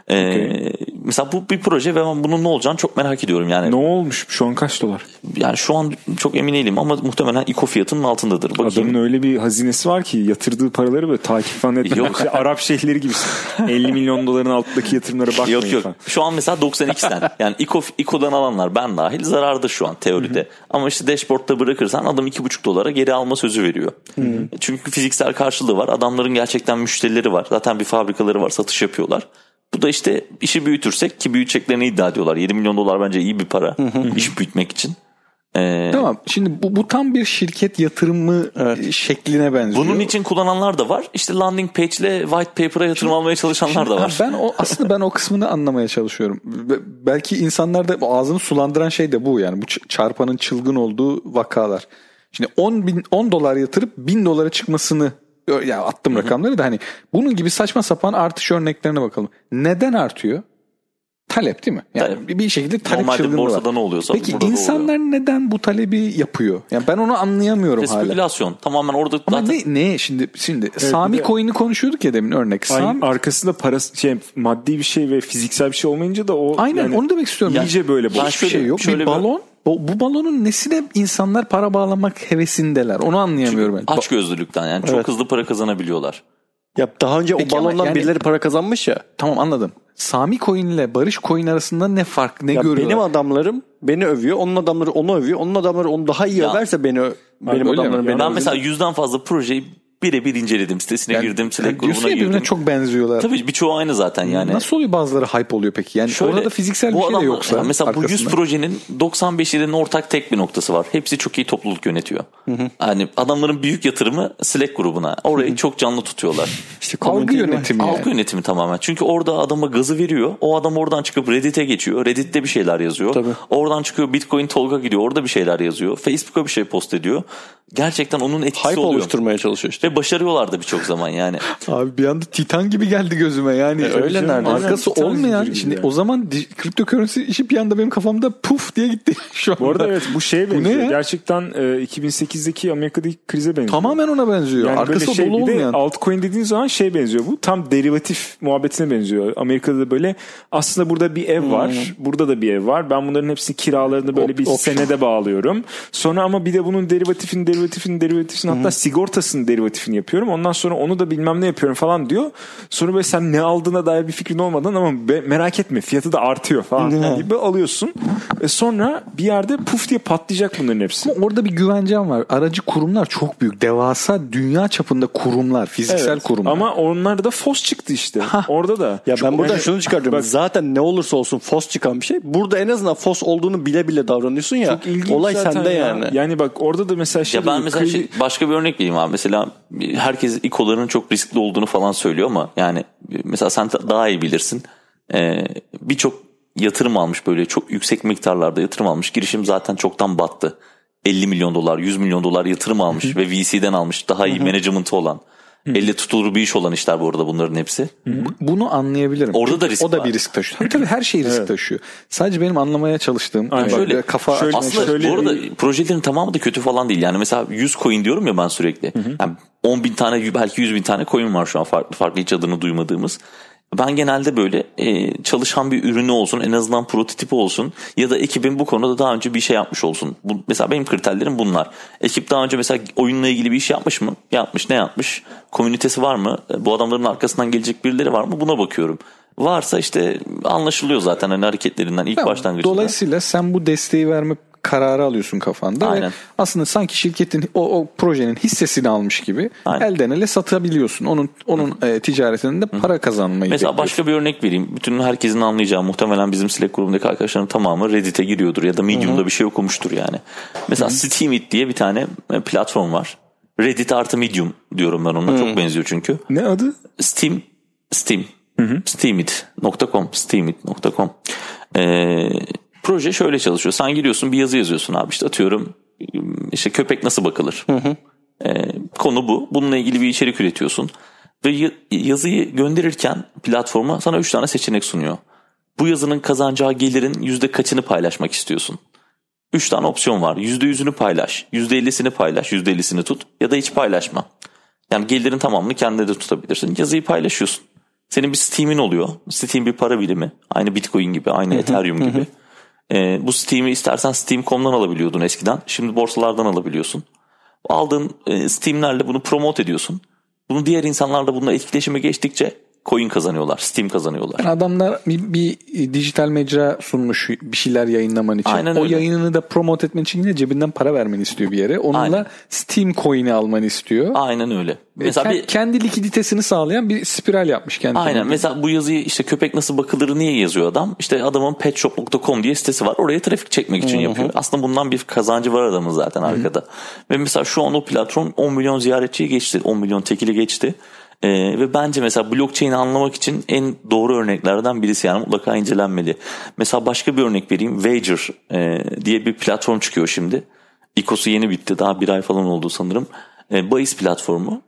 Mesela bu bir proje ve ben bunun ne olacağını çok merak ediyorum yani. Ne olmuş? Şu an kaç dolar? Yani şu an çok emin değilim ama muhtemelen İKO fiyatının altındadır. Bakayım. Adamın öyle bir hazinesi var ki yatırdığı paraları böyle takip falan etmiyor. İşte Arap şeyhleri gibisin. 50 milyon doların altındaki yatırımlara bakmayın yok. falan. Şu an mesela 92 sen. Yani İKO'dan alanlar ben dahil zararda şu an teoride. Ama işte dashboard'ta bırakırsan adam 2,5 dolara geri alma sözü veriyor. Çünkü fiziksel karşılığı var. Adamların gerçekten müşterileri var. Zaten bir fabrikaları var. Satış yapıyorlar. Bu da işte işi büyütürsek ki büyüteceklerini iddia ediyorlar. 7 milyon dolar bence iyi bir para. İş büyütmek için. Tamam. Şimdi bu tam bir şirket yatırımı şekline benziyor. Bunun için kullananlar da var. İşte landing page ile white paper'a yatırım almaya çalışanlar da var. Ben o kısmını anlamaya çalışıyorum. Belki insanlar da ağzını sulandıran şey de bu yani. Bu çarpanın çılgın olduğu vakalar. Şimdi 10 dolar yatırıp 1000 dolara çıkmasını ya attım rakamları da hani bunun gibi saçma sapan artış örneklerine bakalım. Neden artıyor? Talep değil mi? Yani bir şekilde talep normalde çılgınlığı var. Borsada ne oluyorsa peki insanlar neden bu talebi yapıyor? Yani ben onu anlayamıyorum hala. Spekülasyon. Tamamen orada ama zaten... ne şimdi evet, Sami Coin'i konuşuyorduk ya demin örnek. Arkasında parası maddi bir şey ve fiziksel bir şey olmayınca da o aynen yani, onu demek istiyorum. İyice böyle boş bir şey yok. Bir balon. Bu balonun nesine insanlar para bağlamak hevesindeler? Onu anlayamıyorum ben. Açgözlülükten yani çok hızlı para kazanabiliyorlar. Ya daha önce peki o balondan birileri para kazanmış ya. Tamam anladım. Sami Coin ile Barış Coin arasında ne fark, ne görüyorlar? Benim adamlarım beni övüyor, onun adamları onu övüyor, onun adamları onu daha iyi överse benim adamlarım beni ben mesela 100'den fazla projeyi birebir inceledim. Sitesine girdim, Slack grubuna girdim. Birbirine çok benziyorlar. Tabii birçoğu aynı zaten yani. Nasıl oluyor bazıları hype oluyor peki? Yani şöyle, orada fiziksel bir şey de yoksa. Mesela arkasında. Bu 100 projenin 95'inin ortak tek bir noktası var. Hepsi çok iyi topluluk yönetiyor. Yani adamların büyük yatırımı Slack grubuna. Orayı çok canlı tutuyorlar. İşte algı yönetimi yani. Algı yönetimi tamamen. Çünkü orada adama gazı veriyor. O adam oradan çıkıp Reddit'e geçiyor. Reddit'te bir şeyler yazıyor. Tabii. Oradan çıkıyor Bitcoin Talk'a gidiyor. Orada bir şeyler yazıyor. Facebook'a bir şey post ediyor. gerçekten onun etkisi hype oluyor. Oluşturmaya çalışıyor işte. Ve başarıyorlar da birçok zaman yani. Abi bir anda Titan gibi geldi gözüme yani. Öyle neredeyse. Arkası olmayan. Şimdi yani. O zaman cryptocurrency işi bir anda benim kafamda puf diye gitti şu anda. Bu arada evet bu şeye benziyor. Gerçekten 2008'deki Amerika'daki krize benziyor. Tamamen ona benziyor. Yani arkası dolu olmayan. Altcoin dediğin zaman şey benziyor bu. Tam derivatif muhabbetine benziyor. Amerika'da da böyle aslında burada bir ev var. Burada da bir ev var. Ben bunların hepsini kiralarını böyle bir senede bağlıyorum. Sonra ama bir de bunun derivatifini hatta sigortasının derivatifini yapıyorum. Ondan sonra onu da bilmem ne yapıyorum falan diyor. Sonra böyle sen ne aldığına dair bir fikrin olmadan ama merak etme fiyatı da artıyor falan gibi alıyorsun. Sonra bir yerde puf diye patlayacak bunların hepsi. Ama orada bir güvencem var. Aracı kurumlar çok büyük. Devasa dünya çapında kurumlar. Fiziksel kurumlar. Ama onlar da FOS çıktı işte. Orada da. Ya ben buradan şunu çıkartıyorum. Zaten ne olursa olsun FOS çıkan bir şey. Burada en azından FOS olduğunu bile bile davranıyorsun ya. Olay sende yani. Yani bak orada da mesela ya ben mesela başka bir örnek vereyim abi. Mesela herkes İKO'ların çok riskli olduğunu falan söylüyor ama yani mesela sen daha iyi bilirsin. Birçok yatırım almış böyle çok yüksek miktarlarda yatırım almış. Girişim zaten çoktan battı. 50 milyon dolar, 100 milyon dolar yatırım almış ve VC'den almış. Daha iyi management'ı olan. Elle tutulur bir iş olan işler bu arada bunların hepsi. Bunu anlayabilirim. Orada da risk o da var. bir risk taşıyor. Tabii her şey risk taşıyor. Sadece benim anlamaya çalıştığım şöyle, şöyle bu arada projelerin tamamı da kötü falan değil. Yani mesela 100 coin diyorum ya ben sürekli. Yani 10 bin tane belki 100 bin tane coin var şu an farklı hiç adını duymadığımız. Ben genelde böyle çalışan bir ürünü olsun, en azından prototipi olsun ya da ekibin bu konuda daha önce bir şey yapmış olsun. Mesela benim kriterlerim bunlar. Ekip daha önce mesela oyunla ilgili bir iş yapmış mı? Yapmış, ne yapmış? Komünitesi var mı? Bu adamların arkasından gelecek birileri var mı? Buna bakıyorum. Varsa işte anlaşılıyor zaten hani hareketlerinden ilk başlangıçta. Dolayısıyla sen bu desteği verme kararı alıyorsun kafanda. Aynen. Ve aslında sanki şirketin o projenin hissesini almış gibi elden ele satabiliyorsun. Onun ticaretinde para kazanmayı mesela bekliyorsun. Başka bir örnek vereyim. Bütün herkesin anlayacağı muhtemelen bizim Slack grubundaki arkadaşların tamamı Reddit'e giriyordur ya da Medium'da bir şey okumuştur yani. Mesela Steemit diye bir tane platform var. Reddit artı Medium diyorum ben ona. Çok benziyor çünkü. Ne adı? Steam. Steemit.com. Proje şöyle çalışıyor. Sen giriyorsun bir yazı yazıyorsun abi işte atıyorum işte köpek nasıl bakılır. Konu bu. Bununla ilgili bir içerik üretiyorsun. Ve yazıyı gönderirken platforma sana 3 tane seçenek sunuyor. Bu yazının kazanacağı gelirin %kaçını paylaşmak istiyorsun? 3 tane opsiyon var. %100'ünü paylaş, %50'sini paylaş, %50'sini tut ya da hiç paylaşma. Yani gelirin tamamını kendine de tutabilirsin. Yazıyı paylaşıyorsun. Senin bir Steam'in oluyor. Steam bir para birimi. Aynı Bitcoin gibi, aynı Ethereum gibi. Bu Steam'i istersen Steam.com'dan alabiliyordun eskiden. Şimdi borsalardan alabiliyorsun. Aldığın Steam'lerle bunu promote ediyorsun. Bunu diğer insanlarla bununla etkileşime geçtikçe coin kazanıyorlar. Steam kazanıyorlar. Yani adamlar bir dijital mecra sunmuş bir şeyler yayınlaman için. Aynen o öyle. yayınını da promote etmen için yine cebinden para vermeni istiyor bir yere. Onunla Aynen. Steam coin'i almanı istiyor. Aynen öyle. Mesela kendi likiditesini sağlayan bir spiral yapmış kendine. Aynen. Mesela bu yazıyı işte köpek nasıl bakılır niye yazıyor adam? İşte adamın petshop.com diye sitesi var. Oraya trafik çekmek için yapıyor. Aslında bundan bir kazancı var adamın zaten arkada. Ve mesela şu an o platform 10 milyon ziyaretçiyi geçti. 10 milyon tekili geçti. Ve bence mesela blockchain'i anlamak için en doğru örneklerden birisi yani mutlaka incelenmeli. Mesela başka bir örnek vereyim. Wager diye bir platform çıkıyor şimdi. İKO'su yeni bitti. Daha bir ay falan oldu sanırım. Bahis platformu.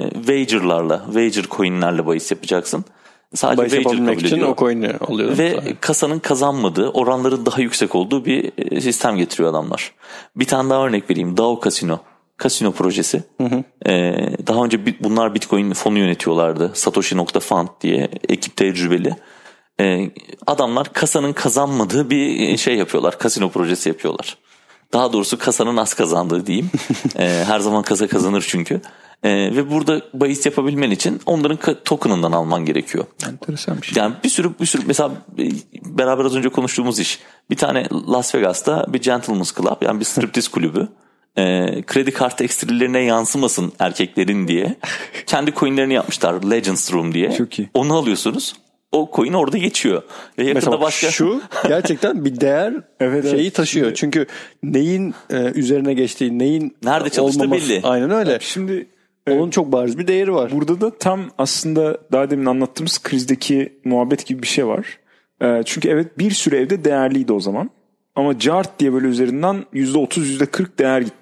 Wager coin'lerle bahis yapacaksın. Sadece bahis wager kabul için ediyor. o coin'i alıyor. Ve kasanın kazanmadığı, oranların daha yüksek olduğu bir sistem getiriyor adamlar. Bir tane daha örnek vereyim. DAO Kasino projesi. Daha önce bunlar Bitcoin fonu yönetiyorlardı. Satoshi.fund diye ekip tecrübeli. Adamlar kasanın kazanmadığı bir şey yapıyorlar. Kasino projesi yapıyorlar. Daha doğrusu kasanın az kazandığı diyeyim. Her zaman kasa kazanır çünkü. Ve burada bahis yapabilmen için onların token'ından alman gerekiyor. Enteresan bir şey. Yani bir sürü mesela beraber az önce konuştuğumuz iş. Bir tane Las Vegas'ta bir Gentleman's Club yani bir striptease kulübü. Kredi kartı ekstrilerine yansımasın erkeklerin diye kendi coinlerini yapmışlar Legends Room diye. Çok iyi. Onu alıyorsunuz. O coin orada geçiyor. Ve yakında mesela başka şu gerçekten bir değer şeyi taşıyor. Şimdi, çünkü neyin üzerine geçtiği, neyin nerede çalıştığı belli. Aynen öyle. Şimdi onun çok bariz bir değeri var. burada da tam aslında daha demin anlattığımız krizdeki muhabbet gibi bir şey var. Çünkü evet bir sürü evde değerliydi o zaman. Ama cart diye böyle üzerinden %30 %40 değer gitti.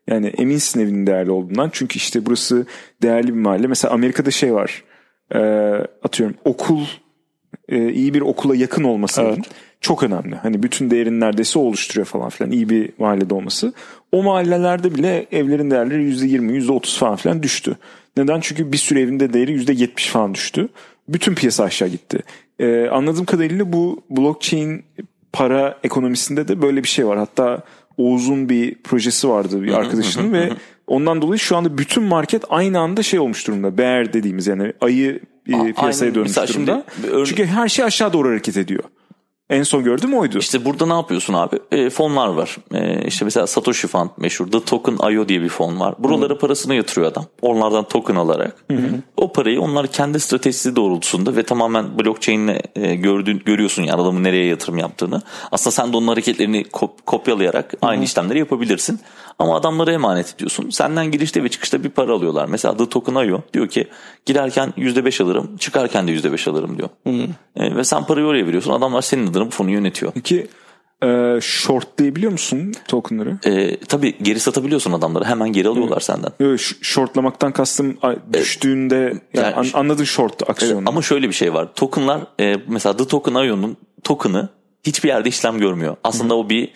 Yani eminsin evinin değerli olduğundan. Çünkü işte burası değerli bir mahalle. Mesela Amerika'da şey var. Atıyorum okul, iyi bir okula yakın olması çok önemli. Hani bütün değerini neredeyse o oluşturuyor falan filan. İyi bir mahallede olması. O mahallelerde bile evlerin değerleri %20, %30 falan filan düştü. Neden? Çünkü bir sürü evinde değeri %70 falan düştü. Bütün piyasa aşağı gitti. Anladığım kadarıyla bu blockchain para ekonomisinde de böyle bir şey var. Hatta Oğuz'un bir projesi vardı bir arkadaşının ve ondan dolayı şu anda bütün market aynı anda şey olmuş durumda. Bear dediğimiz yani ayı piyasaya dönmüş durumda. Çünkü her şey aşağı doğru hareket ediyor. En son gördüğüm oydu. İşte burada ne yapıyorsun abi? Fonlar var. İşte mesela Satoshi Fund meşhur. The Token.io diye bir fon var. Buralara parasını yatırıyor adam. Onlardan token alarak. O parayı onlar kendi stratejisi doğrultusunda ve tamamen blockchain'le görüyorsun yani adamın nereye yatırım yaptığını. Aslında sen de onun hareketlerini kopyalayarak aynı işlemleri yapabilirsin. Ama adamlara emanet ediyorsun. Senden girişte ve çıkışta bir para alıyorlar. Mesela The Token.io diyor ki girerken %5 alırım, çıkarken de %5 alırım diyor. Ve sen parayı oraya veriyorsun. Adamlar senin adına bu fonu yönetiyor. Peki shortlayabiliyor musun tokenları? Tabii geri satabiliyorsun adamları. Hemen geri alıyorlar senden. Yok, shortlamaktan kastım düştüğünde yani anladın short aksiyonu. Ama şöyle bir şey var. Tokenlar mesela The Token.io'nun token'ı hiçbir yerde işlem görmüyor. Aslında o bir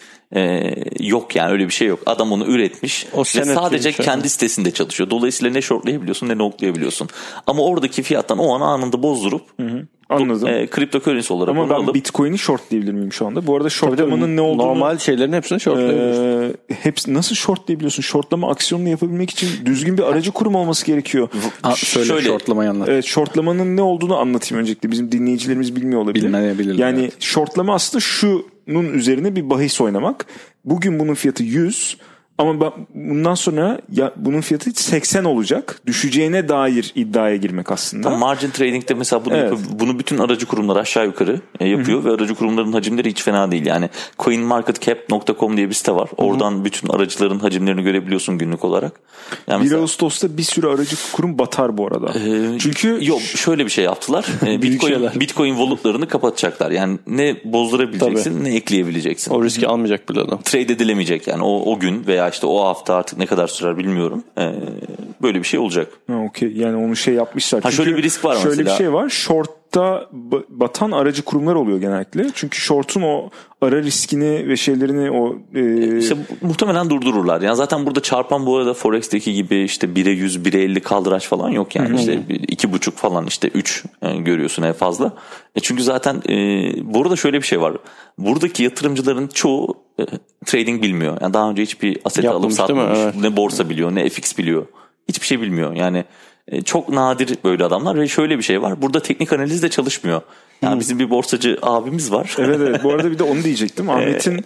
yok yani öyle bir şey yok. Adam onu üretmiş ve sadece kendi sitesinde çalışıyor. Dolayısıyla ne shortlayabiliyorsun ne longlayabiliyorsun. Ama oradaki fiyattan o an anında bozdurup anladım. Cryptocurrency olarak ama onu ben alıp Bitcoin'i shortlayabilir miyim şu anda? Bu arada shortlamanın ne olduğunu normal şeylerin hepsini shortlayabiliyorsun. Hepsi nasıl shortlayabiliyorsun? Shortlama aksiyonunu yapabilmek için düzgün bir aracı kurum olması gerekiyor. Şöyle shortlamayı anlat. Evet, shortlamanın ne olduğunu anlatayım öncelikle. Bizim dinleyicilerimiz bilmiyor olabilir. Bilmeyebilirler. Yani evet. shortlama aslında şunun üzerine bir bahis oynamak. Bugün bunun fiyatı 100 ama bundan sonra ya bunun fiyatı 80 olacak. Düşeceğine dair iddiaya girmek aslında. Margin trading'de mesela bunu bütün aracı kurumlar aşağı yukarı yapıyor ve aracı kurumların hacimleri hiç fena değil. Yani coinmarketcap.com diye bir site var. Oradan bütün aracıların hacimlerini görebiliyorsun günlük olarak. Yani 1 Ağustos'ta bir sürü aracı kurum batar bu arada. Çünkü yok şöyle bir şey yaptılar. Bitcoin wallet'larını kapatacaklar. Yani ne bozdurabileceksin ne ekleyebileceksin. O riski almayacak bile adam. Trade edilemeyecek yani o gün veya işte o hafta artık ne kadar sürer bilmiyorum. Böyle bir şey olacak. Okey. Yani onu şey yapmışlar. Çünkü şöyle bir risk var mesela. Şöyle bir şey var. Short'ta batan aracı kurumlar oluyor genellikle. Çünkü short'un o ara riskini ve şeylerini o işte muhtemelen durdururlar. Yani zaten burada çarpan bu arada Forex'teki gibi işte 1'e 100, 1'e 50 kaldıraç falan yok yani. İşte 2,5 falan işte 3 görüyorsun en fazla. Çünkü zaten bu arada şöyle bir şey var. Buradaki yatırımcıların çoğu trading bilmiyor. Yani daha önce hiçbir aseti alıp satmamış. Evet. Ne borsa biliyor, ne FX biliyor. Hiçbir şey bilmiyor. Yani çok nadir böyle adamlar ve şöyle bir şey var. Burada teknik analiz de çalışmıyor. Yani bizim bir borsacı abimiz var. Evet. Bu arada bir de onu diyecektim. Ahmet'in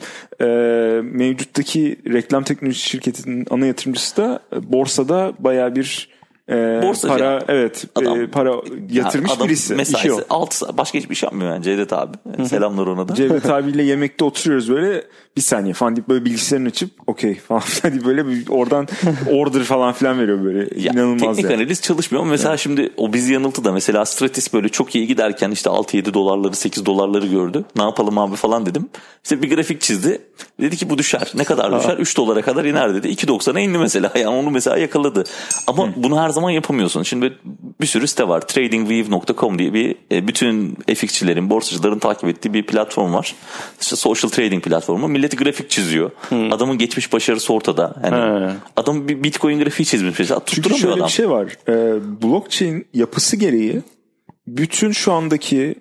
mevcuttaki reklam teknoloji şirketinin ana yatırımcısı da borsada bayağı bir para para yatırmış birisi. Mesaisi 6 başka hiçbir şey yapmıyor yani Cevdet abi. Selamlar ona da. Cevdet abiyle yemekte oturuyoruz böyle bir saniye falan deyip böyle bilgisayarını açıp okey falan filan deyip böyle oradan order falan filan veriyor böyle. Ya, İnanılmaz teknik analiz çalışmıyor ama mesela şimdi o bizi yanılttı da mesela Stratis böyle çok iyi giderken işte 6-7 dolarları 8 dolarları gördü. Ne yapalım abi falan dedim. İşte bir grafik çizdi. Dedi ki bu düşer. Ne kadar düşer? 3 dolara kadar iner dedi. 2.90'a indi mesela. Yani onu mesela yakaladı. Ama bunu her zaman yapamıyorsun. Şimdi bir sürü site var. Tradingview.com diye bir bütün FX'çilerin, borsacıların takip ettiği bir platform var. İşte social trading platformu. Millet grafik çiziyor. Adamın geçmiş başarısı ortada. Yani adam bir Bitcoin grafiği çizmiş mesela. Çünkü şöyle bir şey var. Blockchain yapısı gereği bütün şu andaki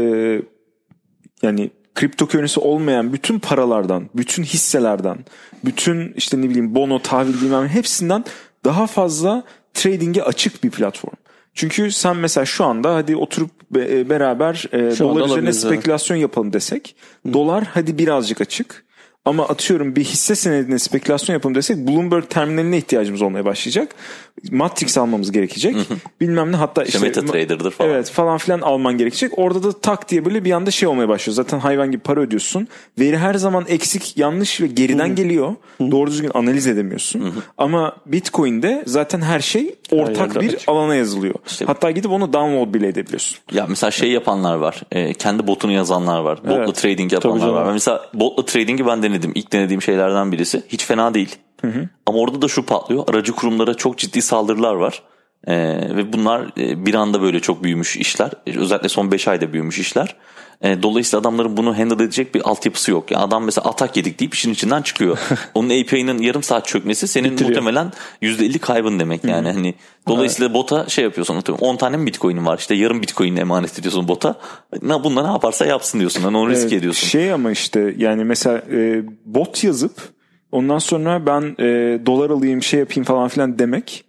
yani kriptokörnesi olmayan bütün paralardan, bütün hisselerden, bütün işte ne bileyim bono, tahvil bilmem hepsinden daha fazla trading'e açık bir platform. Çünkü sen mesela şu anda hadi oturup beraber dolar üzerine spekülasyon yapalım desek, dolar hadi birazcık açık. Ama atıyorum bir hisse senedine spekülasyon yapalım desek Bloomberg terminaline ihtiyacımız olmaya başlayacak. Matrix almamız gerekecek. Bilmem ne hatta işte MetaTrader'dır falan. Evet falan filan alman gerekecek. Orada da tak diye böyle bir anda şey olmaya başlıyor. Zaten hayvan gibi para ödüyorsun. Veri her zaman eksik, yanlış ve geriden geliyor. Doğru düzgün analiz edemiyorsun. Ama Bitcoin'de zaten her şey ortak bir alana yazılıyor. İşte, hatta gidip onu download bile edebiliyorsun. Ya mesela şey yapanlar var. Kendi botunu yazanlar var. Botla trading yapanlar var. Mesela botla trading'i ben denedim. İlk denediğim şeylerden birisi. Hiç fena değil. Ama orada da şu patlıyor. Aracı kurumlara çok ciddi saldırılar var. Ve bunlar bir anda böyle çok büyümüş işler. Özellikle son 5 ayda büyümüş işler. Dolayısıyla adamların bunu handle edecek bir altyapısı yok. Yani adam mesela atak yedik deyip işin içinden çıkıyor. Onun API'nin yarım saat çökmesi senin muhtemelen %50 kaybın demek yani. Hani dolayısıyla bota şey yapıyorsun. 10 tane mi Bitcoin'in var? İşte yarım Bitcoin'ini emanet ediyorsun bota. Bunda ne yaparsa yapsın diyorsun. Yani onu risk ediyorsun. Şey ama işte yani mesela bot yazıp ondan sonra ben dolar alayım şey yapayım falan filan demek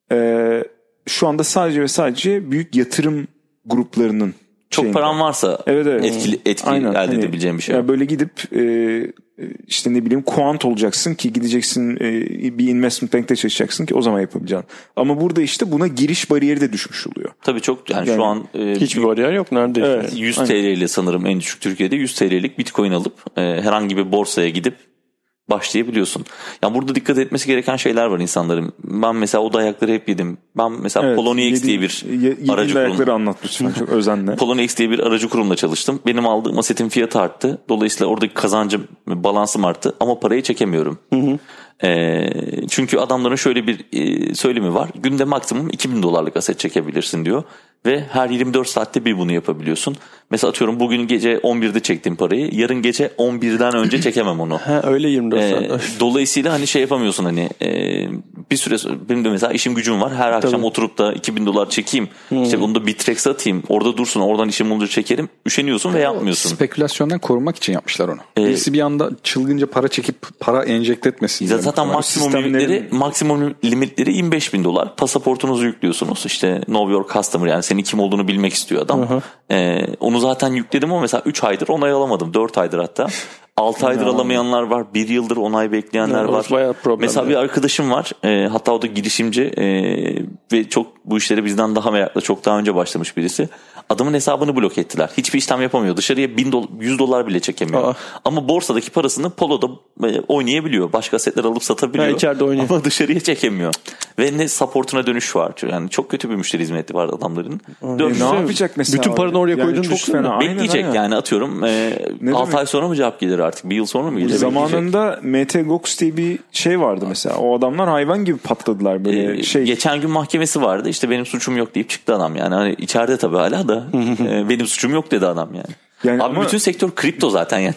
şu anda sadece ve sadece büyük yatırım gruplarının çok paran varsa etkili elde hani, edebileceğin bir şey. Yani böyle gidip işte ne bileyim quant olacaksın ki gideceksin bir investment bank'te çalışacaksın ki o zaman yapabileceksin. Ama burada işte buna giriş bariyeri de düşmüş oluyor. Tabii çok yani şu an hiçbir bariyer yok neredeyse. Evet, 100 TL ile sanırım en düşük Türkiye'de 100 TL'lik Bitcoin alıp herhangi bir borsaya gidip başlayabiliyorsun. Yani burada dikkat etmesi gereken şeyler var insanların. Ben mesela o dayakları hep yedim. Ben mesela Poloniex diye bir aracı dayakları kurum. Anlat lütfen çok özenle. Poloniex diye bir aracı kurumla çalıştım. Benim aldığım asetin fiyatı arttı. Dolayısıyla oradaki kazancım, balansım arttı. Ama parayı çekemiyorum. Çünkü adamların şöyle bir söylemi var. Günde maksimum $2.000 aset çekebilirsin diyor. Ve her 24 saatte bir bunu yapabiliyorsun. Mesela atıyorum bugün gece 11'de çektiğim parayı yarın gece 11'den önce çekemem onu. Öyle 24 saat. Dolayısıyla hani şey yapamıyorsun hani bir süre benim de mesela işim gücüm var. Her akşam oturup da $2.000 çekeyim. İşte bunu da Bitrex'e atayım. Orada dursun oradan işim bulunca çekerim. Üşeniyorsun ve yapmıyorsun. Spekülasyondan korunmak için yapmışlar onu. Birisi bir anda çılgınca para çekip para enjekte etmesin. Zaten maksimum limitleri $25.000. Pasaportunuzu yüklüyorsunuz. İşte know your customer yani senin kim olduğunu bilmek istiyor adam. Onu zaten yükledim ama mesela 3 aydır onay alamadım. 4 aydır hatta. 6 aydır alamayanlar var. 1 yıldır onay bekleyenler var. Mesela bir arkadaşım var. Hatta o da girişimci ve çok bu işlere bizden daha meraklı. Çok daha önce başlamış birisi. Adamın hesabını blok ettiler. Hiçbir işlem yapamıyor. Dışarıya $100 bile çekemiyor. Ama borsadaki parasını Polo'da oynayabiliyor. Başka asetler alıp satabiliyor. İçeride oynuyor. Ama dışarıya çekemiyor. Ve ne supportuna dönüş var. Yani çok kötü bir müşteri hizmeti var adamların. Ne yapacak mesela? Bütün paranı oraya koyduğunu çok fena. Bekleyecek yani atıyorum. 6 ay sonra mı cevap gelir artık? Bir yıl sonra mı gelir? Zamanında MTGOX diye bir şey vardı mesela. O adamlar hayvan gibi patladılar böyle Geçen gün mahkemesi vardı. İşte benim suçum yok deyip çıktı adam yani. Hani içeride tabii hala da benim suçum yok dedi adam yani. Abi bütün sektör kripto zaten yani.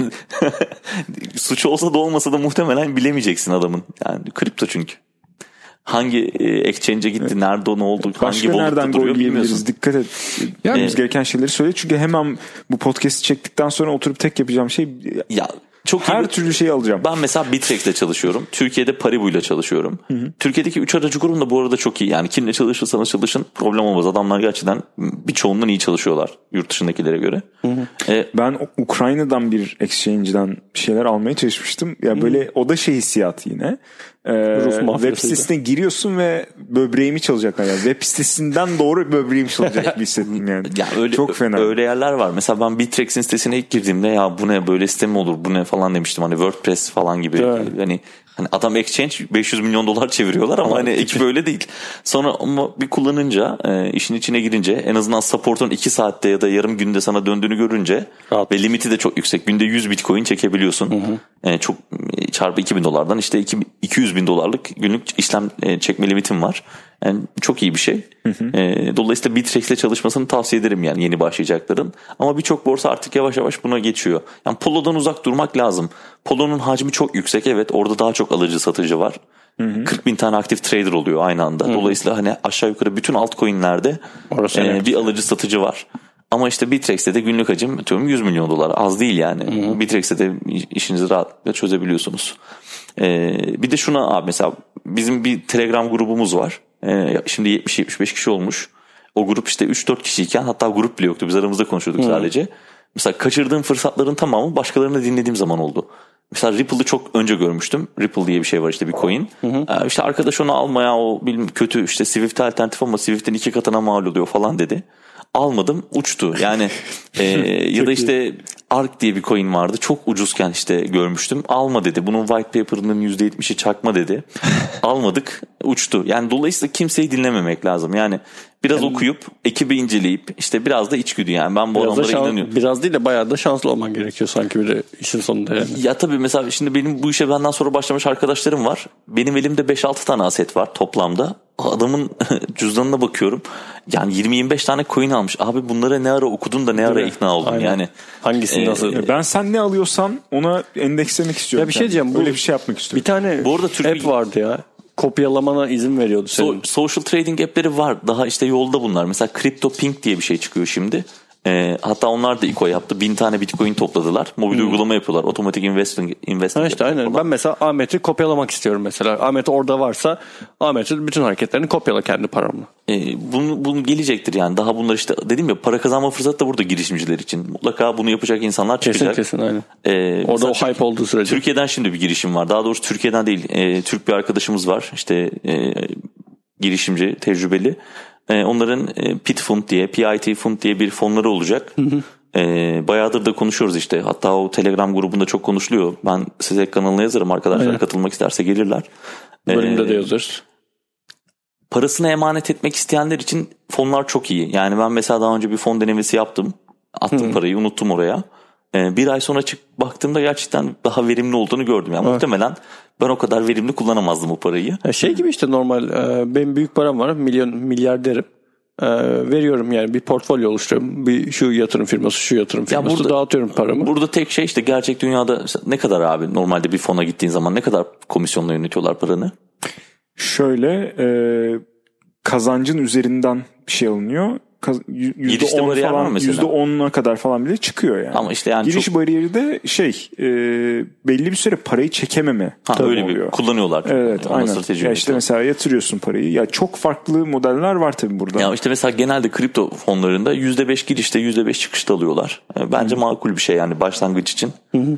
Suçu olsa da olmasa da muhtemelen bilemeyeceksin adamın. Yani kripto çünkü. Hangi exchange'e gitti, nerede ne oldu, hangi wallet'ta duruyor bilmiyorsun. Dikkat et. Yapmamız gereken şeyleri söyle. Çünkü hemen bu podcast'i çektikten sonra oturup tek yapacağım şey çok her türlü şeyi alacağım. Ben mesela Bitrex'le çalışıyorum. Türkiye'de Paribu'yla çalışıyorum. Türkiye'deki 3 aracı kurum da bu arada çok iyi. Yani kimle çalışırsanız çalışın problem olmaz. Adamlar gerçekten birçoğundan iyi çalışıyorlar yurt dışındakilere göre. Ben Ukrayna'dan bir exchange'den bir şeyler almaya çalışmıştım. Ya böyle o da hissiyatı yine. Web sitesine giriyorsun ve böbreğimi çalacaklar yani. Web sitesinden doğru böbreğimi çalacak gibi hissettim yani. Ya öyle, çok fena. Öyle yerler var. Mesela ben Bitrex'in sitesine ilk girdiğimde ya bu ne böyle site mi olur bu ne falan demiştim. Hani WordPress falan gibi. Hani adam exchange $500 milyon çeviriyorlar ama hani ekip öyle değil. Sonra ama bir kullanınca işin içine girince en azından support'un 2 saatte ya da yarım günde sana döndüğünü görünce ve limiti de çok yüksek. Günde 100 Bitcoin çekebiliyorsun. Çok çarpı $2.000'dan işte $200.000 günlük işlem çekme limitim var. Yani çok iyi bir şey. Dolayısıyla Bitrex'le çalışmasını tavsiye ederim yani yeni başlayacakların. Ama birçok borsa artık yavaş yavaş buna geçiyor. Yani Polo'dan uzak durmak lazım. Polo'nun hacmi çok yüksek. Evet orada daha çok alıcı satıcı var. 40.000 tane aktif trader oluyor aynı anda. Dolayısıyla hani aşağı yukarı bütün altcoin'lerde bir alıcı satıcı var. Ama işte Bitrex'te de günlük hacim $100 milyon az değil yani. Bitrex'te de işinizi rahatlıkla çözebiliyorsunuz. Bir de şuna abi mesela bizim bir Telegram grubumuz var. Şimdi 70-75 kişi olmuş. O grup işte 3-4 kişiyken hatta grup bile yoktu. Biz aramızda konuşuyorduk sadece. Mesela kaçırdığım fırsatların tamamı başkalarını dinlediğim zaman oldu. Mesela Ripple'ı çok önce görmüştüm. Ripple diye bir şey var işte bir coin. İşte arkadaş onu almaya o kötü işte Swift'e alternatif ama Swift'in 2 katına mal oluyor falan dedi. Almadım uçtu yani ya da işte ARK diye bir coin vardı. Çok ucuzken işte görmüştüm. Alma dedi. Bunun white paper'ının %70'i çakma dedi. Almadık. Uçtu. Yani dolayısıyla kimseyi dinlememek lazım. Yani biraz okuyup, ekibi inceleyip işte biraz da içgüdü yani. Ben bu adamlara inanıyorum. Biraz değil de bayağı da şanslı olman gerekiyor sanki bir de işin sonunda yani. Ya tabii mesela şimdi benim bu işe benden sonra başlamış arkadaşlarım var. Benim elimde 5-6 tane aset var toplamda. Adamın cüzdanına bakıyorum. Yani 20-25 tane coin almış. Abi bunlara ne ara okudun da ne ara ikna oldun? Aynen. Yani hangisini nasıl? Ben sen ne alıyorsan ona endekslemek istiyorum. Ya bir şey diyeceğim. Böyle bir şey yapmak istiyorum. Bir tane bu arada app vardı ya. Kopyalamana izin veriyordu senin. Social trading app'leri var. Daha işte yolda bunlar. Mesela CryptoPink diye bir şey çıkıyor şimdi. Hatta onlar da ICO yaptı. 1000 tane Bitcoin topladılar. Mobil uygulama yapıyorlar. Otomatik investing işte aynen. Ben mesela Ahmet'i kopyalamak istiyorum mesela. Ahmet orada varsa Ahmet'in bütün hareketlerini kopyala kendi paramla. Bunu gelecektir yani. Daha bunlar işte dedim ya, para kazanma fırsatı da burada girişimciler için. Mutlaka bunu yapacak insanlar çıkacak. Kesin aynen. Orada o hype olduğu sürece. Türkiye'den şimdi bir girişim var. Daha doğrusu Türkiye'den değil. Türk bir arkadaşımız var. İşte girişimci, tecrübeli. Onların PIT Fund diye bir fonları olacak. Bayağıdır da konuşuyoruz işte. Hatta o Telegram grubunda çok konuşuluyor. Ben size kanalına yazarım, arkadaşlar katılmak isterse gelirler. Bölümde de yazarız. Parasını emanet etmek isteyenler için fonlar çok iyi. Yani ben mesela daha önce bir fon denemesi yaptım. Attım parayı, unuttum oraya. Bir ay sonra baktığımda gerçekten daha verimli olduğunu gördüm. Yani muhtemelen ben o kadar verimli kullanamazdım o parayı. Şey gibi işte normal benim büyük param var, milyarderim. Veriyorum yani bir portfolyo oluşturuyorum. Bir şu yatırım firması dağıtıyorum paramı. Burada tek şey işte gerçek dünyada ne kadar abi normalde bir fona gittiğin zaman ne kadar komisyonla yönetiyorlar paranı? Şöyle kazancın üzerinden bir şey alınıyor. %10 falan, %10'a kadar falan bile çıkıyor yani. Ama işte yani giriş bariyeri de belli bir süre parayı çekememe. Öyle oluyor. Bir kullanıyorlar. Evet, aynen. Ya işte mesela yatırıyorsun parayı. Ya çok farklı modeller var tabii burada. Ya işte mesela genelde kripto fonlarında %5 girişte %5 çıkışta alıyorlar. Bence makul bir şey yani başlangıç için.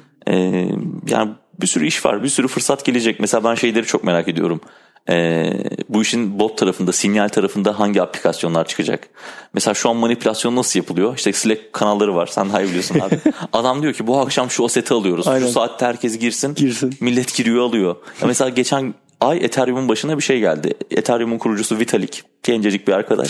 Yani bir sürü iş var, bir sürü fırsat gelecek. Mesela ben şeyleri çok merak ediyorum. Bu işin bot tarafında, sinyal tarafında hangi aplikasyonlar çıkacak? Mesela şu an manipülasyon nasıl yapılıyor? İşte Slack kanalları var. Sen daha iyi biliyorsun abi. Adam diyor ki bu akşam şu aseti alıyoruz. Aynen. Şu saatte herkes girsin. Millet giriyor alıyor. Ya mesela geçen ay Ethereum'un başına bir şey geldi. Ethereum'un kurucusu Vitalik. Gencecik bir arkadaş.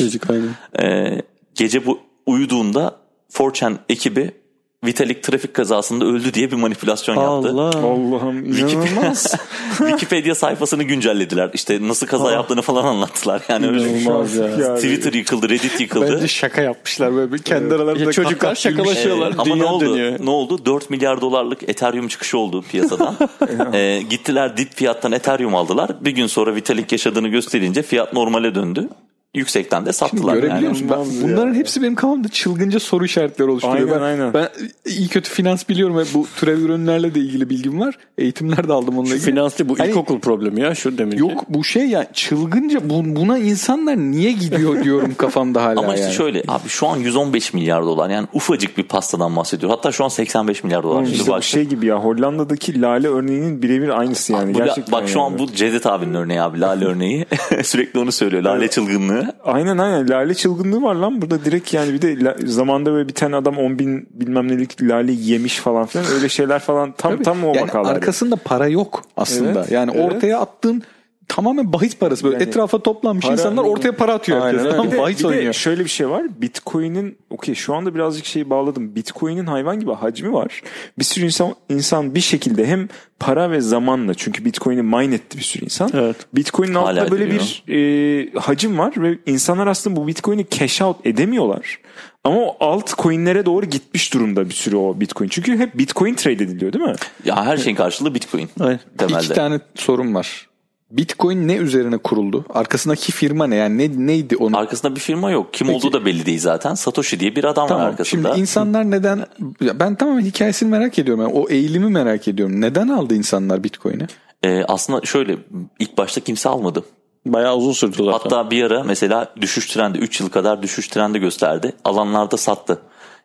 Gece uyuduğunda 4chan ekibi Vitalik trafik kazasında öldü diye bir manipülasyon yaptı. Allah'ım inanılmaz. Wikipedia sayfasını güncellediler. İşte nasıl kaza yaptığını falan anlattılar. Yani öyle ya. Twitter yıkıldı, Reddit yıkıldı. Bence şaka yapmışlar böyle kendi aralarında. Çocuklar şakalaşıyorlar. Ama ne oldu? 4 milyar dolarlık Ethereum çıkışı oldu piyasadan. Gittiler dip fiyattan Ethereum aldılar. Bir gün sonra Vitalik yaşadığını gösterince fiyat normale döndü. Yüksekten de sattılar. Şimdi görebiliyor musun? Bunların hepsi benim kafamda çılgınca soru işaretleri oluşturuyor. Aynen. Ben iyi kötü finans biliyorum ve bu türev ürünlerle de ilgili bilgim var. Eğitimler de aldım onunla ilgili. Finans değil bu ilkokul problemi ya şu deminki. Yok bu şey ya çılgınca buna insanlar niye gidiyor diyorum kafamda hala. Ama işte yani. Şöyle abi şu an 115 milyar dolar yani ufacık bir pastadan bahsediyor. Hatta şu an 85 milyar dolar. İşte bu şey gibi ya Hollanda'daki lale örneğinin birebir aynısı yani. Gerçekten bak şu an bu Cevdet abinin örneği abi, lale örneği. Sürekli onu söylüyor. Lale çılgınlığı. Aynen. Lale çılgınlığı var lan burada direkt yani bir de zamanda böyle bir tane adam 10.000 bilmem nelik lale yemiş falan filan öyle şeyler falan tam o yani vakalar. Arkasında para yok aslında. Evet, yani ortaya attığın tamamen bahis parası. Böyle yani etrafa toplanmış insanlar ortaya para atıyor. Aynen. Bir de şöyle bir şey var. Bitcoin'in şu anda birazcık şeyi bağladım. Bitcoin'in hayvan gibi hacmi var. Bir sürü insan bir şekilde hem para ve zamanla çünkü Bitcoin'i mine etti bir sürü insan. Evet. Bitcoin'in altında böyle bir hacim var ve insanlar aslında bu Bitcoin'i cash out edemiyorlar. Ama o altcoin'lere doğru gitmiş durumda bir sürü o Bitcoin. Çünkü hep Bitcoin trade ediliyor değil mi? Ya her şeyin karşılığı Bitcoin. Temelde. 2 tane sorum var. Bitcoin ne üzerine kuruldu? Arkasındaki firma ne? Yani neydi onun? Arkasında bir firma yok. Kim olduğu da belli değil zaten. Satoshi diye bir adam var arkasında. Şimdi insanlar neden... Ben tamamen hikayesini merak ediyorum. Yani o eğilimi merak ediyorum. Neden aldı insanlar Bitcoin'i? Aslında şöyle ilk başta kimse almadı. Bayağı uzun sürdü zaten. Hatta bir ara mesela düşüş trendi 3 yıl kadar düşüş trendi gösterdi. Alanlarda sattı.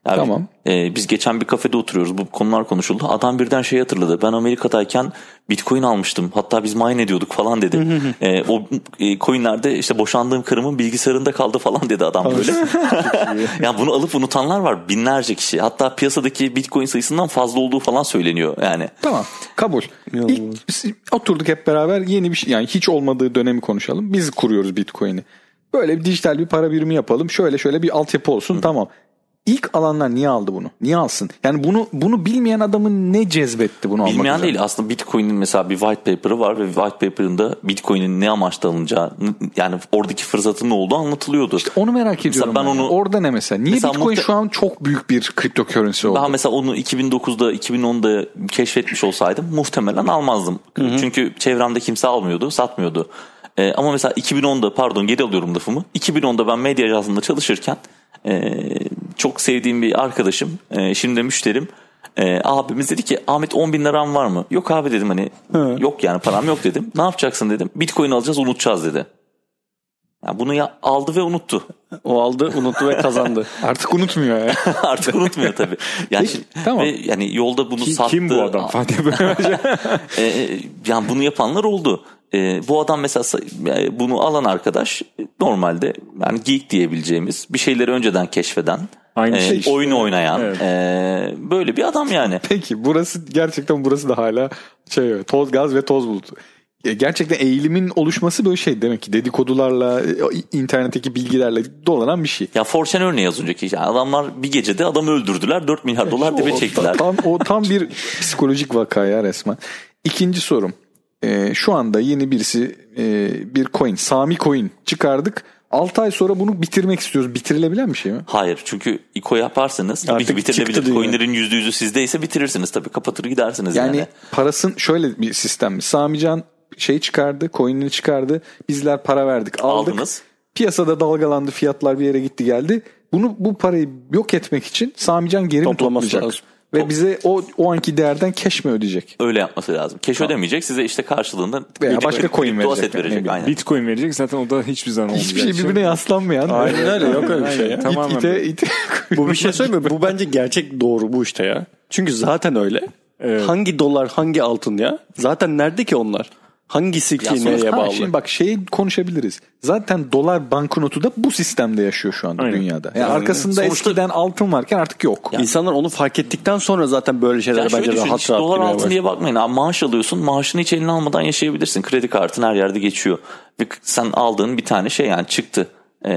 Yani, tamam. Biz geçen bir kafede oturuyoruz. Bu konular konuşuldu. Adam birden şey hatırladı. Ben Amerika'dayken Bitcoin almıştım. Hatta biz mine ediyorduk falan dedi. O coinlerde işte boşandığım karımın bilgisayarında kaldı falan dedi adam böyle. Yani bunu alıp unutanlar var. Binlerce kişi. Hatta piyasadaki Bitcoin sayısından fazla olduğu falan söyleniyor yani. Tamam, kabul. İlk oturduk hep beraber yeni bir şey, yani hiç olmadığı dönemi konuşalım. Biz kuruyoruz Bitcoin'i. Böyle bir dijital bir para birimi yapalım. Şöyle bir altyapı olsun. Tamam. İlk alanlar niye aldı bunu? Niye alsın? Yani bunu bilmeyen adamın ne cezbetti bunu almak? Bilmeyen değil. Aslında Bitcoin'in mesela bir white paper'ı var ve white paper'ında Bitcoin'in ne amaçla alınacağı, yani oradaki fırsatın ne olduğu anlatılıyordu. İşte onu merak ediyorum. Ben onu, orada ne mesela? Niye mesela Bitcoin şu an çok büyük bir cryptocurrency oldu? Daha mesela onu 2009'da 2010'da keşfetmiş olsaydım muhtemelen almazdım. Çünkü çevremde kimse almıyordu, satmıyordu. Ama mesela 2010'da, geri alıyorum lafımı. 2010'da ben medya ajansında çalışırken çok sevdiğim bir arkadaşım, şimdi de müşterim, abimiz dedi ki Ahmet 10.000 liram var mı? Yok abi dedim, hani yok yani param yok dedim. Ne yapacaksın dedim. Bitcoin alacağız, unutacağız dedi. Yani bunu aldı ve unuttu. O aldı, unuttu ve kazandı. Artık unutmuyor ya. Artık unutmuyor tabii. Yani tamam. Ve yani yolda bunu sattı. Kim bu adam? Yani bunu yapanlar oldu. Bu adam mesela bunu alan arkadaş normalde yani geek diyebileceğimiz, bir şeyleri önceden keşfeden, aynı şey işte. Oyunu oynayan, evet. Böyle bir adam yani. Peki burası da hala toz gaz ve toz bulutu. Gerçekten eğilimin oluşması böyle şey demek ki, dedikodularla, internetteki bilgilerle dolanan bir şey. Ya 4chan örneği az önceki. Yani adamlar bir gecede adamı öldürdüler, 4 milyar dolar dibe çektiler. Tam bir psikolojik vaka ya resmen. İkinci sorum. Şu anda yeni birisi bir coin, Sami Coin çıkardık. 6 ay sonra bunu bitirmek istiyoruz. Bitirilebilen bir şey mi? Hayır, çünkü ICO yaparsanız tabii ki bitirilebilir. Coinlerin %100'ü sizdeyse bitirirsiniz tabii. Kapatır gidersiniz yani. Yani parasın şöyle bir sistem mi? Samican çıkardı, coin'ini çıkardı. Bizler para verdik, aldık. Aldınız. Piyasada dalgalandı, fiyatlar bir yere gitti geldi. Bu parayı yok etmek için Samican geri mi toplayacak? Lazım. Ve bize o anki değerden cash mi ödeyecek? Öyle yapması lazım. Cash ödemeyecek, size işte karşılığında veya başka coin verecek. Aynen. Bitcoin verecek, zaten o da hiçbir zaman olmayacak. Hiçbir şey birbirine yaslanmayan. Aynen öyle, yok öyle bir şey ya. Tamamen İte. Bu bir şey söyleyeyim mi? Bu bence gerçek doğru bu işte ya. Çünkü zaten öyle. Evet. Hangi dolar, hangi altın ya? Zaten nerede ki onlar? Hangisi ki nereye bağlı? Şimdi bak konuşabiliriz. Zaten dolar banknotu da bu sistemde yaşıyor şu anda dünyada. Yani arkasında sonuçta eskiden altın varken artık yok. Yani İnsanlar onu fark ettikten sonra zaten böyle şeyler bence rahat dolar altın diye bakmayın. Abi, maaş alıyorsun. Maaşını hiç eline almadan yaşayabilirsin. Kredi kartın her yerde geçiyor. Ve sen aldığın bir tane yani çıktı.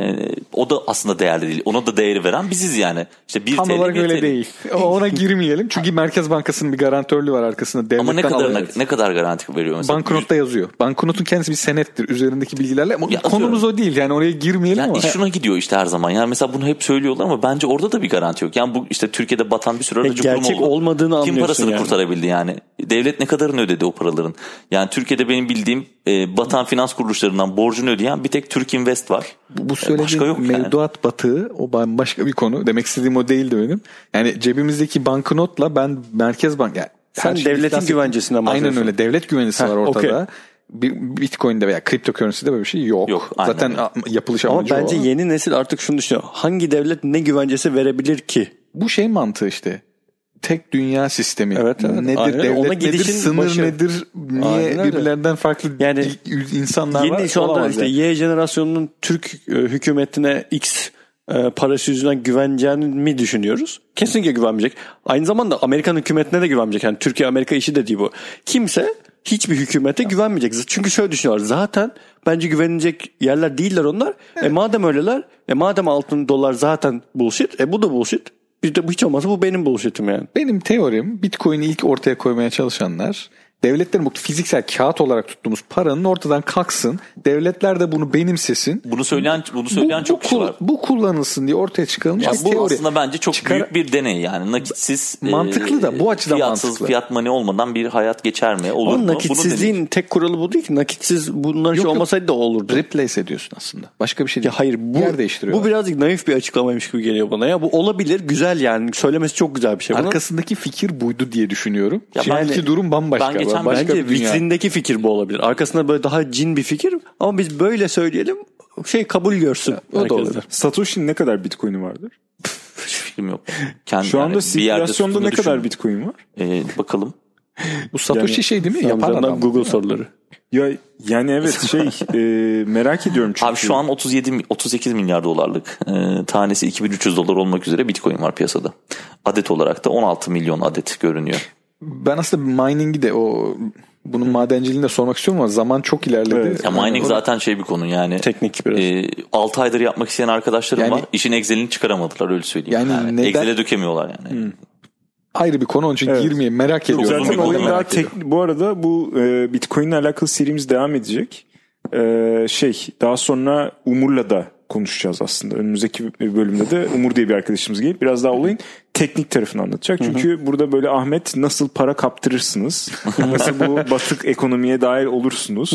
O da aslında değerli değil. Ona da değeri veren biziz yani. İşte 1 Tam TL, olarak 1 öyle TL. değil. Ona girmeyelim. Çünkü Merkez Bankası'nın bir garantörlüğü var arkasında. Ama ne kadar garanti veriyor mesela? Banknotta yazıyor. Banknotun kendisi bir senettir. Üzerindeki bilgilerle. Konumuz o değil. Yani oraya girmeyelim ama. İş şuna gidiyor işte her zaman. Yani mesela bunu hep söylüyorlar ama bence orada da bir garanti yok. Yani bu işte Türkiye'de batan bir sürü aracı kurum oldu. Gerçek olmadığını anlıyorsun. Kim parasını kurtarabildi yani? Devlet ne kadarını ödedi o paraların? Yani Türkiye'de benim bildiğim batan finans kuruluşlarından borcunu ödeyen bir tek Türk Invest var. Bu söylediğim mevduat batığı, o başka bir konu. Demek istediğim o değildi benim. Yani cebimizdeki banknotla ben Merkez Bank... Yani sen devletin güvencesinden bahsediyorsun. Aynen öyle. Devlet güvencesi var ortada. Okay. Bitcoin'de veya cryptocurrency'de böyle bir şey yok. Zaten yapılış amacı ama bence yeni nesil artık şunu düşünüyor. Hangi devlet ne güvencesi verebilir ki? Bu mantığı işte. Tek dünya sistemi. Evet. Nedir aynen. devlet, ona nedir sınır, nedir, niye birbirlerinden farklı yani insanlar yeni var? Yeni şu anda işte Y jenerasyonunun Türk hükümetine X parası yüzünden güveneceğini mi düşünüyoruz? Kesinlikle güvenmeyecek. Aynı zamanda Amerikan hükümetine de güvenmeyecek. Yani Türkiye-Amerika işi de değil bu. Kimse hiçbir hükümete güvenmeyecek. Çünkü şöyle düşünüyorlar. Zaten bence güvenilecek yerler değiller onlar. Evet. Madem öyleler, madem altın dolar zaten bullshit, bu da bullshit. Hiç olmazsa bu benim bullshit'im yani. Benim teorim, Bitcoin'i ilk ortaya koymaya çalışanlar, devletlerin bu fiziksel kağıt olarak tuttuğumuz paranın ortadan kalksın. Devletler de bunu benimsesin. Bunu söyleyen çok kişi var. Bu kullanılsın diye ortaya çıkarılmış bir bu teori. Aslında bence çok büyük bir deney yani. Nakitsiz, mantıklı da bu açıdan mantıklı. Fiyat money olmadan bir hayat geçer mi? Olur ama mu? Nakitsizliğin tek kuralı bu değil ki. Nakitsiz bunlar hiç olmasaydı da olurdu. Replace ediyorsun aslında. Başka bir şey değil. Ya hayır, yer değiştiriyor. Bu birazcık naif bir açıklamaymış gibi geliyor bana ya. Bu olabilir, güzel yani. Söylemesi çok güzel bir şey. Arkasındaki fikir buydu diye düşünüyorum. Şimdiki durum bambaşka. Bence vitrindeki fikir bu olabilir. Arkasında böyle daha cin bir fikir ama biz böyle söyleyelim kabul görsün. O da olur. Satoshi'nin ne kadar Bitcoin'i vardır? fikrim yok. Şu anda sirkülasyonda ne kadar Bitcoin var? Bakalım. Bu Satoshi Yani- şey değil mi? Yapan Samcan'dan adam. Google soruları. Ya yani evet merak ediyorum çünkü. Abi şu an 38 milyar dolarlık tanesi $2.300 olmak üzere Bitcoin var piyasada. Adet olarak da 16 milyon adet görünüyor. Ben aslında mining'i de bunun madenciliğini de sormak istiyorum ama zaman çok ilerledi. Evet. Ya mining zaten bir konu yani. Teknik biraz. 6 aydır yapmak isteyen arkadaşlarım Yani- var. İşin Excel'ini çıkaramadılar öyle söyleyeyim. Yani neden- Excel'e dökemiyorlar yani. Ayrı bir konu, onun için Evet. girmeyeyim, merak Çok ediyorum. uzun bir Zaten konu oyun daha merak ediyorum. bu arada bu Bitcoin'le alakalı serimiz devam edecek. Daha sonra Umur'la da konuşacağız aslında. Önümüzdeki bölümde de Umur diye bir arkadaşımız gelip biraz daha olayın teknik tarafını anlatacak. Çünkü burada böyle Ahmet nasıl para kaptırırsınız, nasıl bu batık ekonomiye dahil olursunuz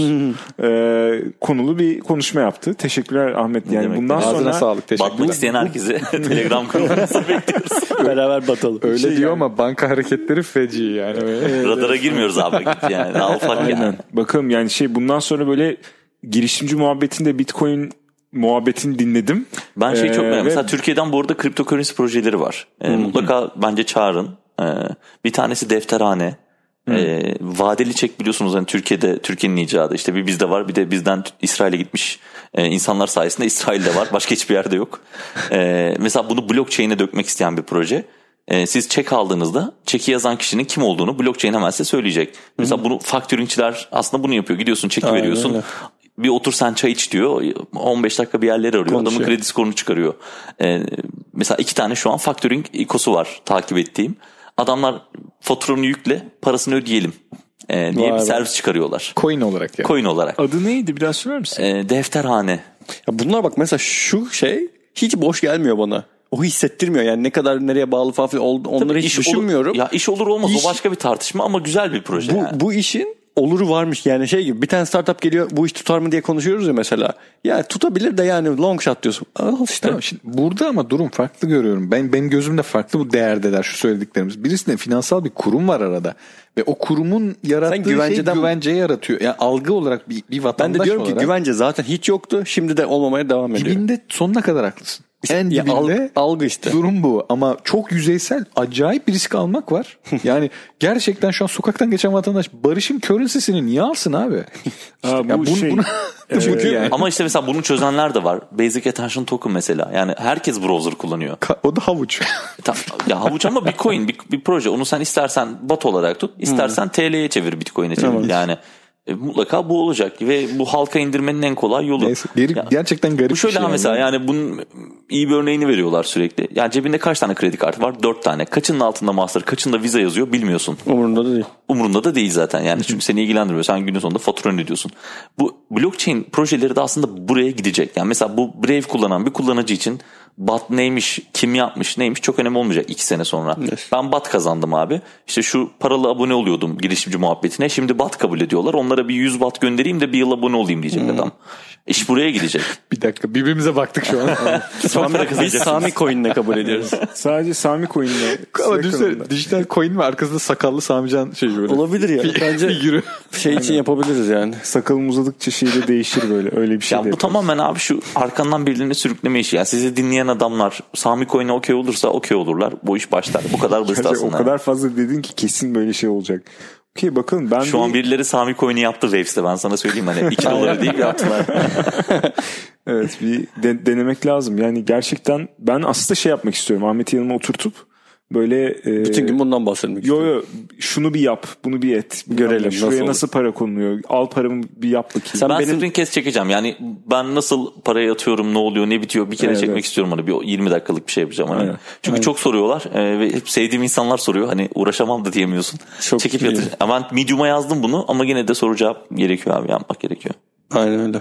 konulu bir konuşma yaptı. Teşekkürler Ahmet. Yani demek? bundan Ağzına sonra sağlık, teşekkürler. Batmak isteyen herkese Telegram kanalımıza bekliyoruz. Beraber batalım. Öyle diyor ama banka hareketleri feci yani. Radara girmiyoruz abi yani. Daha ufak aynen. yani. Bakalım yani bundan sonra böyle girişimci muhabbetinde Bitcoin muhabbetini dinledim. Ben çok merak ve- Mesela Türkiye'den bu arada cryptocurrency projeleri var. Mutlaka bence çağırın. Bir tanesi defterhane. Vadeli çek biliyorsunuz hani Türkiye'nin icadı. İşte bir bizde var, bir de bizden İsrail'e gitmiş insanlar sayesinde İsrail'de var. Başka hiçbir yerde yok. Mesela bunu blockchain'e dökmek isteyen bir proje. Siz çek aldığınızda çeki yazan kişinin kim olduğunu blockchain hemen size söyleyecek. Mesela bunu factoringçiler aslında bunu yapıyor. Gidiyorsun çeki Aynen veriyorsun. öyle. Bir otur sen çay iç diyor. 15 dakika bir yerleri arıyor. Konuşuyor. Adamın kredi skorunu çıkarıyor. Mesela 2 tane şu an factoring ikosu var takip ettiğim. Adamlar faturanı yükle, parasını ödeyelim diye Vay bir be. servis çıkarıyorlar. Coin olarak yani. Coin olarak. Adı neydi biraz söyler misin? Defterhane. Ya bunlar bak mesela şu hiç boş gelmiyor bana. O hissettirmiyor yani ne kadar nereye bağlı falan filan onları Tabii hiç iş düşünmüyorum. Olur, ya iş olur olmaz İş- o başka bir tartışma ama güzel bir proje. yani. Bu işin oluru varmış yani gibi bir tane startup geliyor bu iş tutar mı diye konuşuyoruz ya mesela. Ya tutabilir de yani long shot diyorsun. Al işte. Tamam, şimdi burada ama durum farklı görüyorum. Benim gözümde farklı bu değerdeler şu söylediklerimiz. Birisinde finansal bir kurum var arada. Ve o kurumun yarattığı güvenceden- şey güvence yaratıyor. Yani algı olarak bir vatandaş Ben de diyorum olarak. ki güvence zaten hiç yoktu. Şimdi de olmamaya devam ediyor. Dibinde sonuna kadar haklısın. En Ya dibinde algı işte. durum bu. Ama çok yüzeysel acayip bir risk almak var. Yani gerçekten şu an sokaktan geçen vatandaş Barış'ın currency'sini niye alsın abi? Aa, bu Ya Çünkü yani. Ama işte mesela bunu çözenler de var. Basic Attention Token mesela. Yani herkes browser kullanıyor. O da havuç. Ya havuç ama Bitcoin bir proje. Onu sen istersen BAT olarak tut, istersen TL'ye çevir, Bitcoin'e çevir. Evet. Yani mutlaka bu olacak ve bu halka indirmenin en kolay yolu. Neyse, Ya, gerçekten garip bu şöyle bir şey. mesela yani bunun iyi bir örneğini veriyorlar sürekli. Yani cebinde kaç tane kredi kartı var? 4 tane. Kaçının altında Master, kaçında Visa yazıyor bilmiyorsun. Umurunda da değil. Umurunda da değil zaten yani çünkü seni ilgilendirmiyor. Sen günün sonunda faturanı ödüyorsun. Bu blockchain projeleri de aslında buraya gidecek. Yani mesela bu Brave kullanan bir kullanıcı için BAT neymiş, kim yapmış, neymiş çok önemli olmayacak 2 sene sonra. Evet. Ben BAT kazandım abi. İşte şu paralı abone oluyordum girişimci muhabbetine. Şimdi BAT kabul ediyorlar. Onlara bir 100 BAT göndereyim de bir yıl abone olayım diyecek adam. İş buraya gidecek. Bir dakika birbirimize baktık şu an. Biz Sami Coin'le kabul ediyoruz. Sadece Sami Coin'le. Ama düşünsene dijital coin ve arkasında sakallı Samican şey böyle. Olabilir ya. Bence Figürü. şey için yapabiliriz yani. Sakalım uzadıkça de değişir böyle. Öyle bir şey Ya de bu tamamen abi şu arkandan birilerini sürükleme işi. Yani sizi dinleyen adamlar Sami Coin'e okey olursa okey olurlar. Bu iş başlar. Bu kadar basit Gerçi aslında. o kadar fazla dedin ki kesin böyle şey olacak. Okey bakalım ben Şu an birileri Sami Coin'i yaptı Waves'te, ben sana söyleyeyim hani 2 doları deyip yaptılar. evet bir denemek lazım. Yani gerçekten ben aslında yapmak istiyorum. Ahmet'i yanıma oturtup böyle Bütün gün bundan bahsetmek istiyorum. şunu bir yap, bunu bir et. Görelim, Şuraya nasıl olur? nasıl para konuluyor? Al paramı bir yap bakayım. Ben benim- screen cast çekeceğim. Yani ben nasıl paraya atıyorum, ne oluyor, ne bitiyor bir kere Evet, çekmek evet. istiyorum hani bir 20 dakikalık bir şey yapacağım hani. Aynen. Çünkü çok soruyorlar ve hep sevdiğim insanlar soruyor. Hani uğraşamam da diyemiyorsun. Çok Çekip iyi. yatır. Ben Medium'a yazdım bunu ama yine de soru cevap gerekiyor abi, yapmak gerekiyor. Aynen öyle.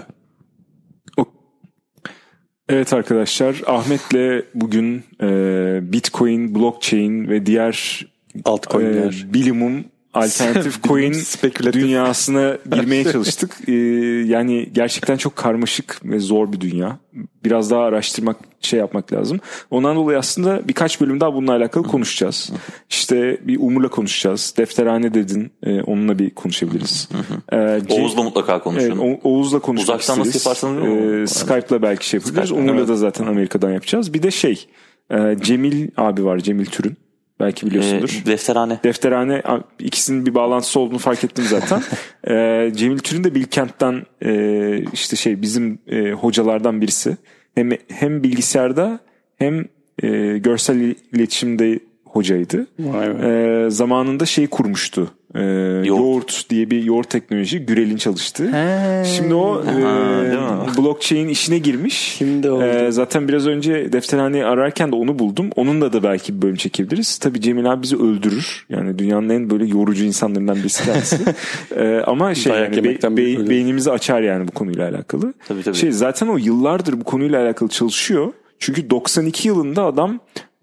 Evet arkadaşlar, Ahmet'le bugün Bitcoin, blockchain ve diğer Altcoin'ler. bilimum alternatif coin spekülatif. dünyasına girmeye çalıştık. Yani gerçekten çok karmaşık ve zor bir dünya. Biraz daha araştırmak, yapmak lazım. Ondan dolayı aslında birkaç bölüm daha bununla alakalı konuşacağız. İşte bir Umur'la konuşacağız. Defterhane dedin. Onunla bir konuşabiliriz. Oğuz'la mutlaka konuşun. Evet, Oğuz'la konuşmak Uzaktan nasıl isteriz. yaparsanız bilmiyorum. Skype'la belki yapabiliriz. Skype'la, Umur'la evet. da zaten Amerika'dan yapacağız. Bir de Cemil abi var, Cemil Türün. Belki biliyorsundur. Defterhane, ikisinin bir bağlantısı olduğunu fark ettim zaten. Cemil Türün de Bilkent'ten işte bizim hocalardan birisi. Hem bilgisayarda hem görsel iletişimde hocaydı. Zamanında şey kurmuştu. Yoğurt diye bir yoğurt teknoloji, Gürel'in çalıştığı. Şimdi o blockchain işine girmiş. Şimdi zaten biraz önce Defterhane'yi ararken de onu buldum. Onunla da belki bir bölüm çekebiliriz. Tabii Cemil abi bizi öldürür. Yani dünyanın en böyle yorucu insanlarından birisi kendisi. Ama beynimizi açar yani bu konuyla alakalı. Tabii. Zaten o yıllardır bu konuyla alakalı çalışıyor. Çünkü 92 yılında adam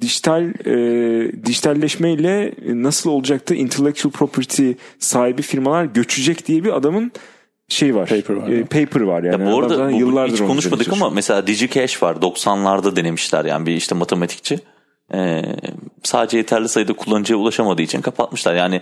dijitalleşmeyle nasıl olacaktı, intellectual property sahibi firmalar göçecek diye bir adamın paper var yani. Ya bu arada hiç konuşmadık ama mesela DigiCash var, 90'larda denemişler yani bir işte matematikçi. Sadece yeterli sayıda kullanıcıya ulaşamadığı için kapatmışlar yani.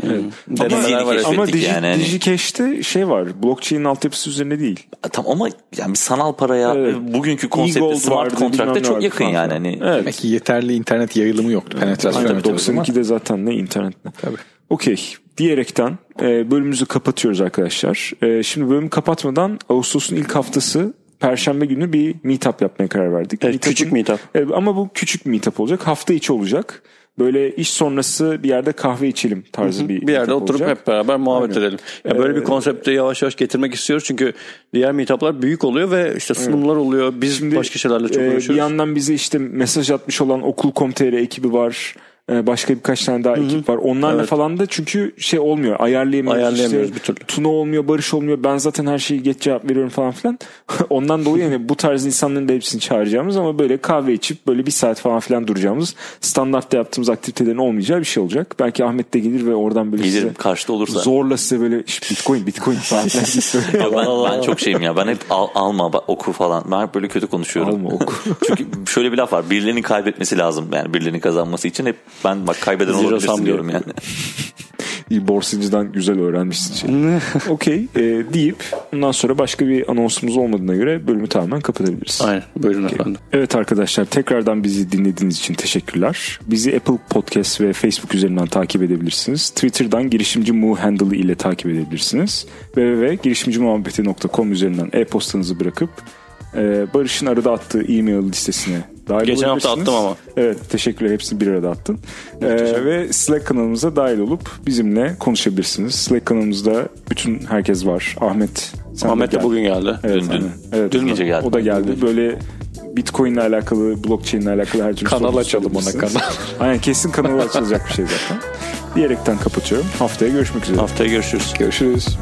Ama DigiCash'te var, blockchain'in altyapısı üzerine değil. Tamam ama yani bir sanal paraya bugünkü konsepte smart kontrakta çok yakın yani. Hani. Demek ki yeterli internet yayılımı yoktu. Penetrasyon 92'de zaten ne internet ne. Tabii. Okey. Diyerekten bölümümüzü kapatıyoruz arkadaşlar. Şimdi bölümü kapatmadan Ağustos'un ilk haftası Perşembe günü bir meetup yapmaya karar verdik. Evet, küçük meetup. Ama bu küçük bir meetup olacak. Hafta içi olacak. Böyle iş sonrası bir yerde kahve içelim tarzı bir yerde oturup olacak. Hep beraber muhabbet edelim. Yani böyle bir konsepti yavaş yavaş getirmek istiyoruz. Çünkü diğer meetuplar büyük oluyor ve işte sunumlar oluyor. Biz şimdi başka şeylerle çok uğraşıyoruz. Bir yandan bize işte mesaj atmış olan Okul.com.tr ekibi var. Başka birkaç tane daha ekip var. Onlarla falan da çünkü olmuyor. Ayarlayamıyoruz bir türlü. Tuna olmuyor, Barış olmuyor. Ben zaten her şeyi geç cevap veriyorum falan filan. Ondan dolayı yani bu tarz insanların da hepsini çağıracağımız ama böyle kahve içip böyle bir saat falan filan duracağımız, standartta yaptığımız aktivitelerin olmayacağı bir şey olacak. Belki Ahmet de gelir ve oradan böyle gelirim karşıda olursa. Zorla size böyle Bitcoin falan filan. ben çok şeyim ya. Ben hep alma oku falan. Ben hep böyle kötü konuşuyorum. Alma oku. Çünkü şöyle bir laf var. Birilerinin kaybetmesi lazım. Yani birilerinin kazanması için hep ben kaybeden olabilirsin diyorum yani. İyi, borsacıdan güzel öğrenmişsin Okey deyip ondan sonra başka bir anonsumuz olmadığına göre bölümü tamamen kapatabiliriz. Aynen. Buyurun efendim. Evet arkadaşlar, tekrardan bizi dinlediğiniz için teşekkürler. Bizi Apple Podcast ve Facebook üzerinden takip edebilirsiniz. Twitter'dan girişimci Mu handle ile takip edebilirsiniz. www.girişimcimuhabbeti.com üzerinden e-postanızı bırakıp Barış'ın arada attığı e-mail listesine dahil geçen hafta attım ama. Evet, teşekkürler, hepsini bir arada attın. Ve Slack kanalımıza dahil olup bizimle konuşabilirsiniz. Slack kanalımızda bütün herkes var. Ahmet de bugün geldi. Evet, dün gece geldi. O da geldi. Böyle Bitcoin ile alakalı, blockchain ile alakalı her türlü kanal açalım ona kanal. Aynen, kesin kanalı açılacak bir şey zaten. Diyerekten kapatıyorum. Haftaya görüşmek üzere. Haftaya görüşürüz. Görüşürüz.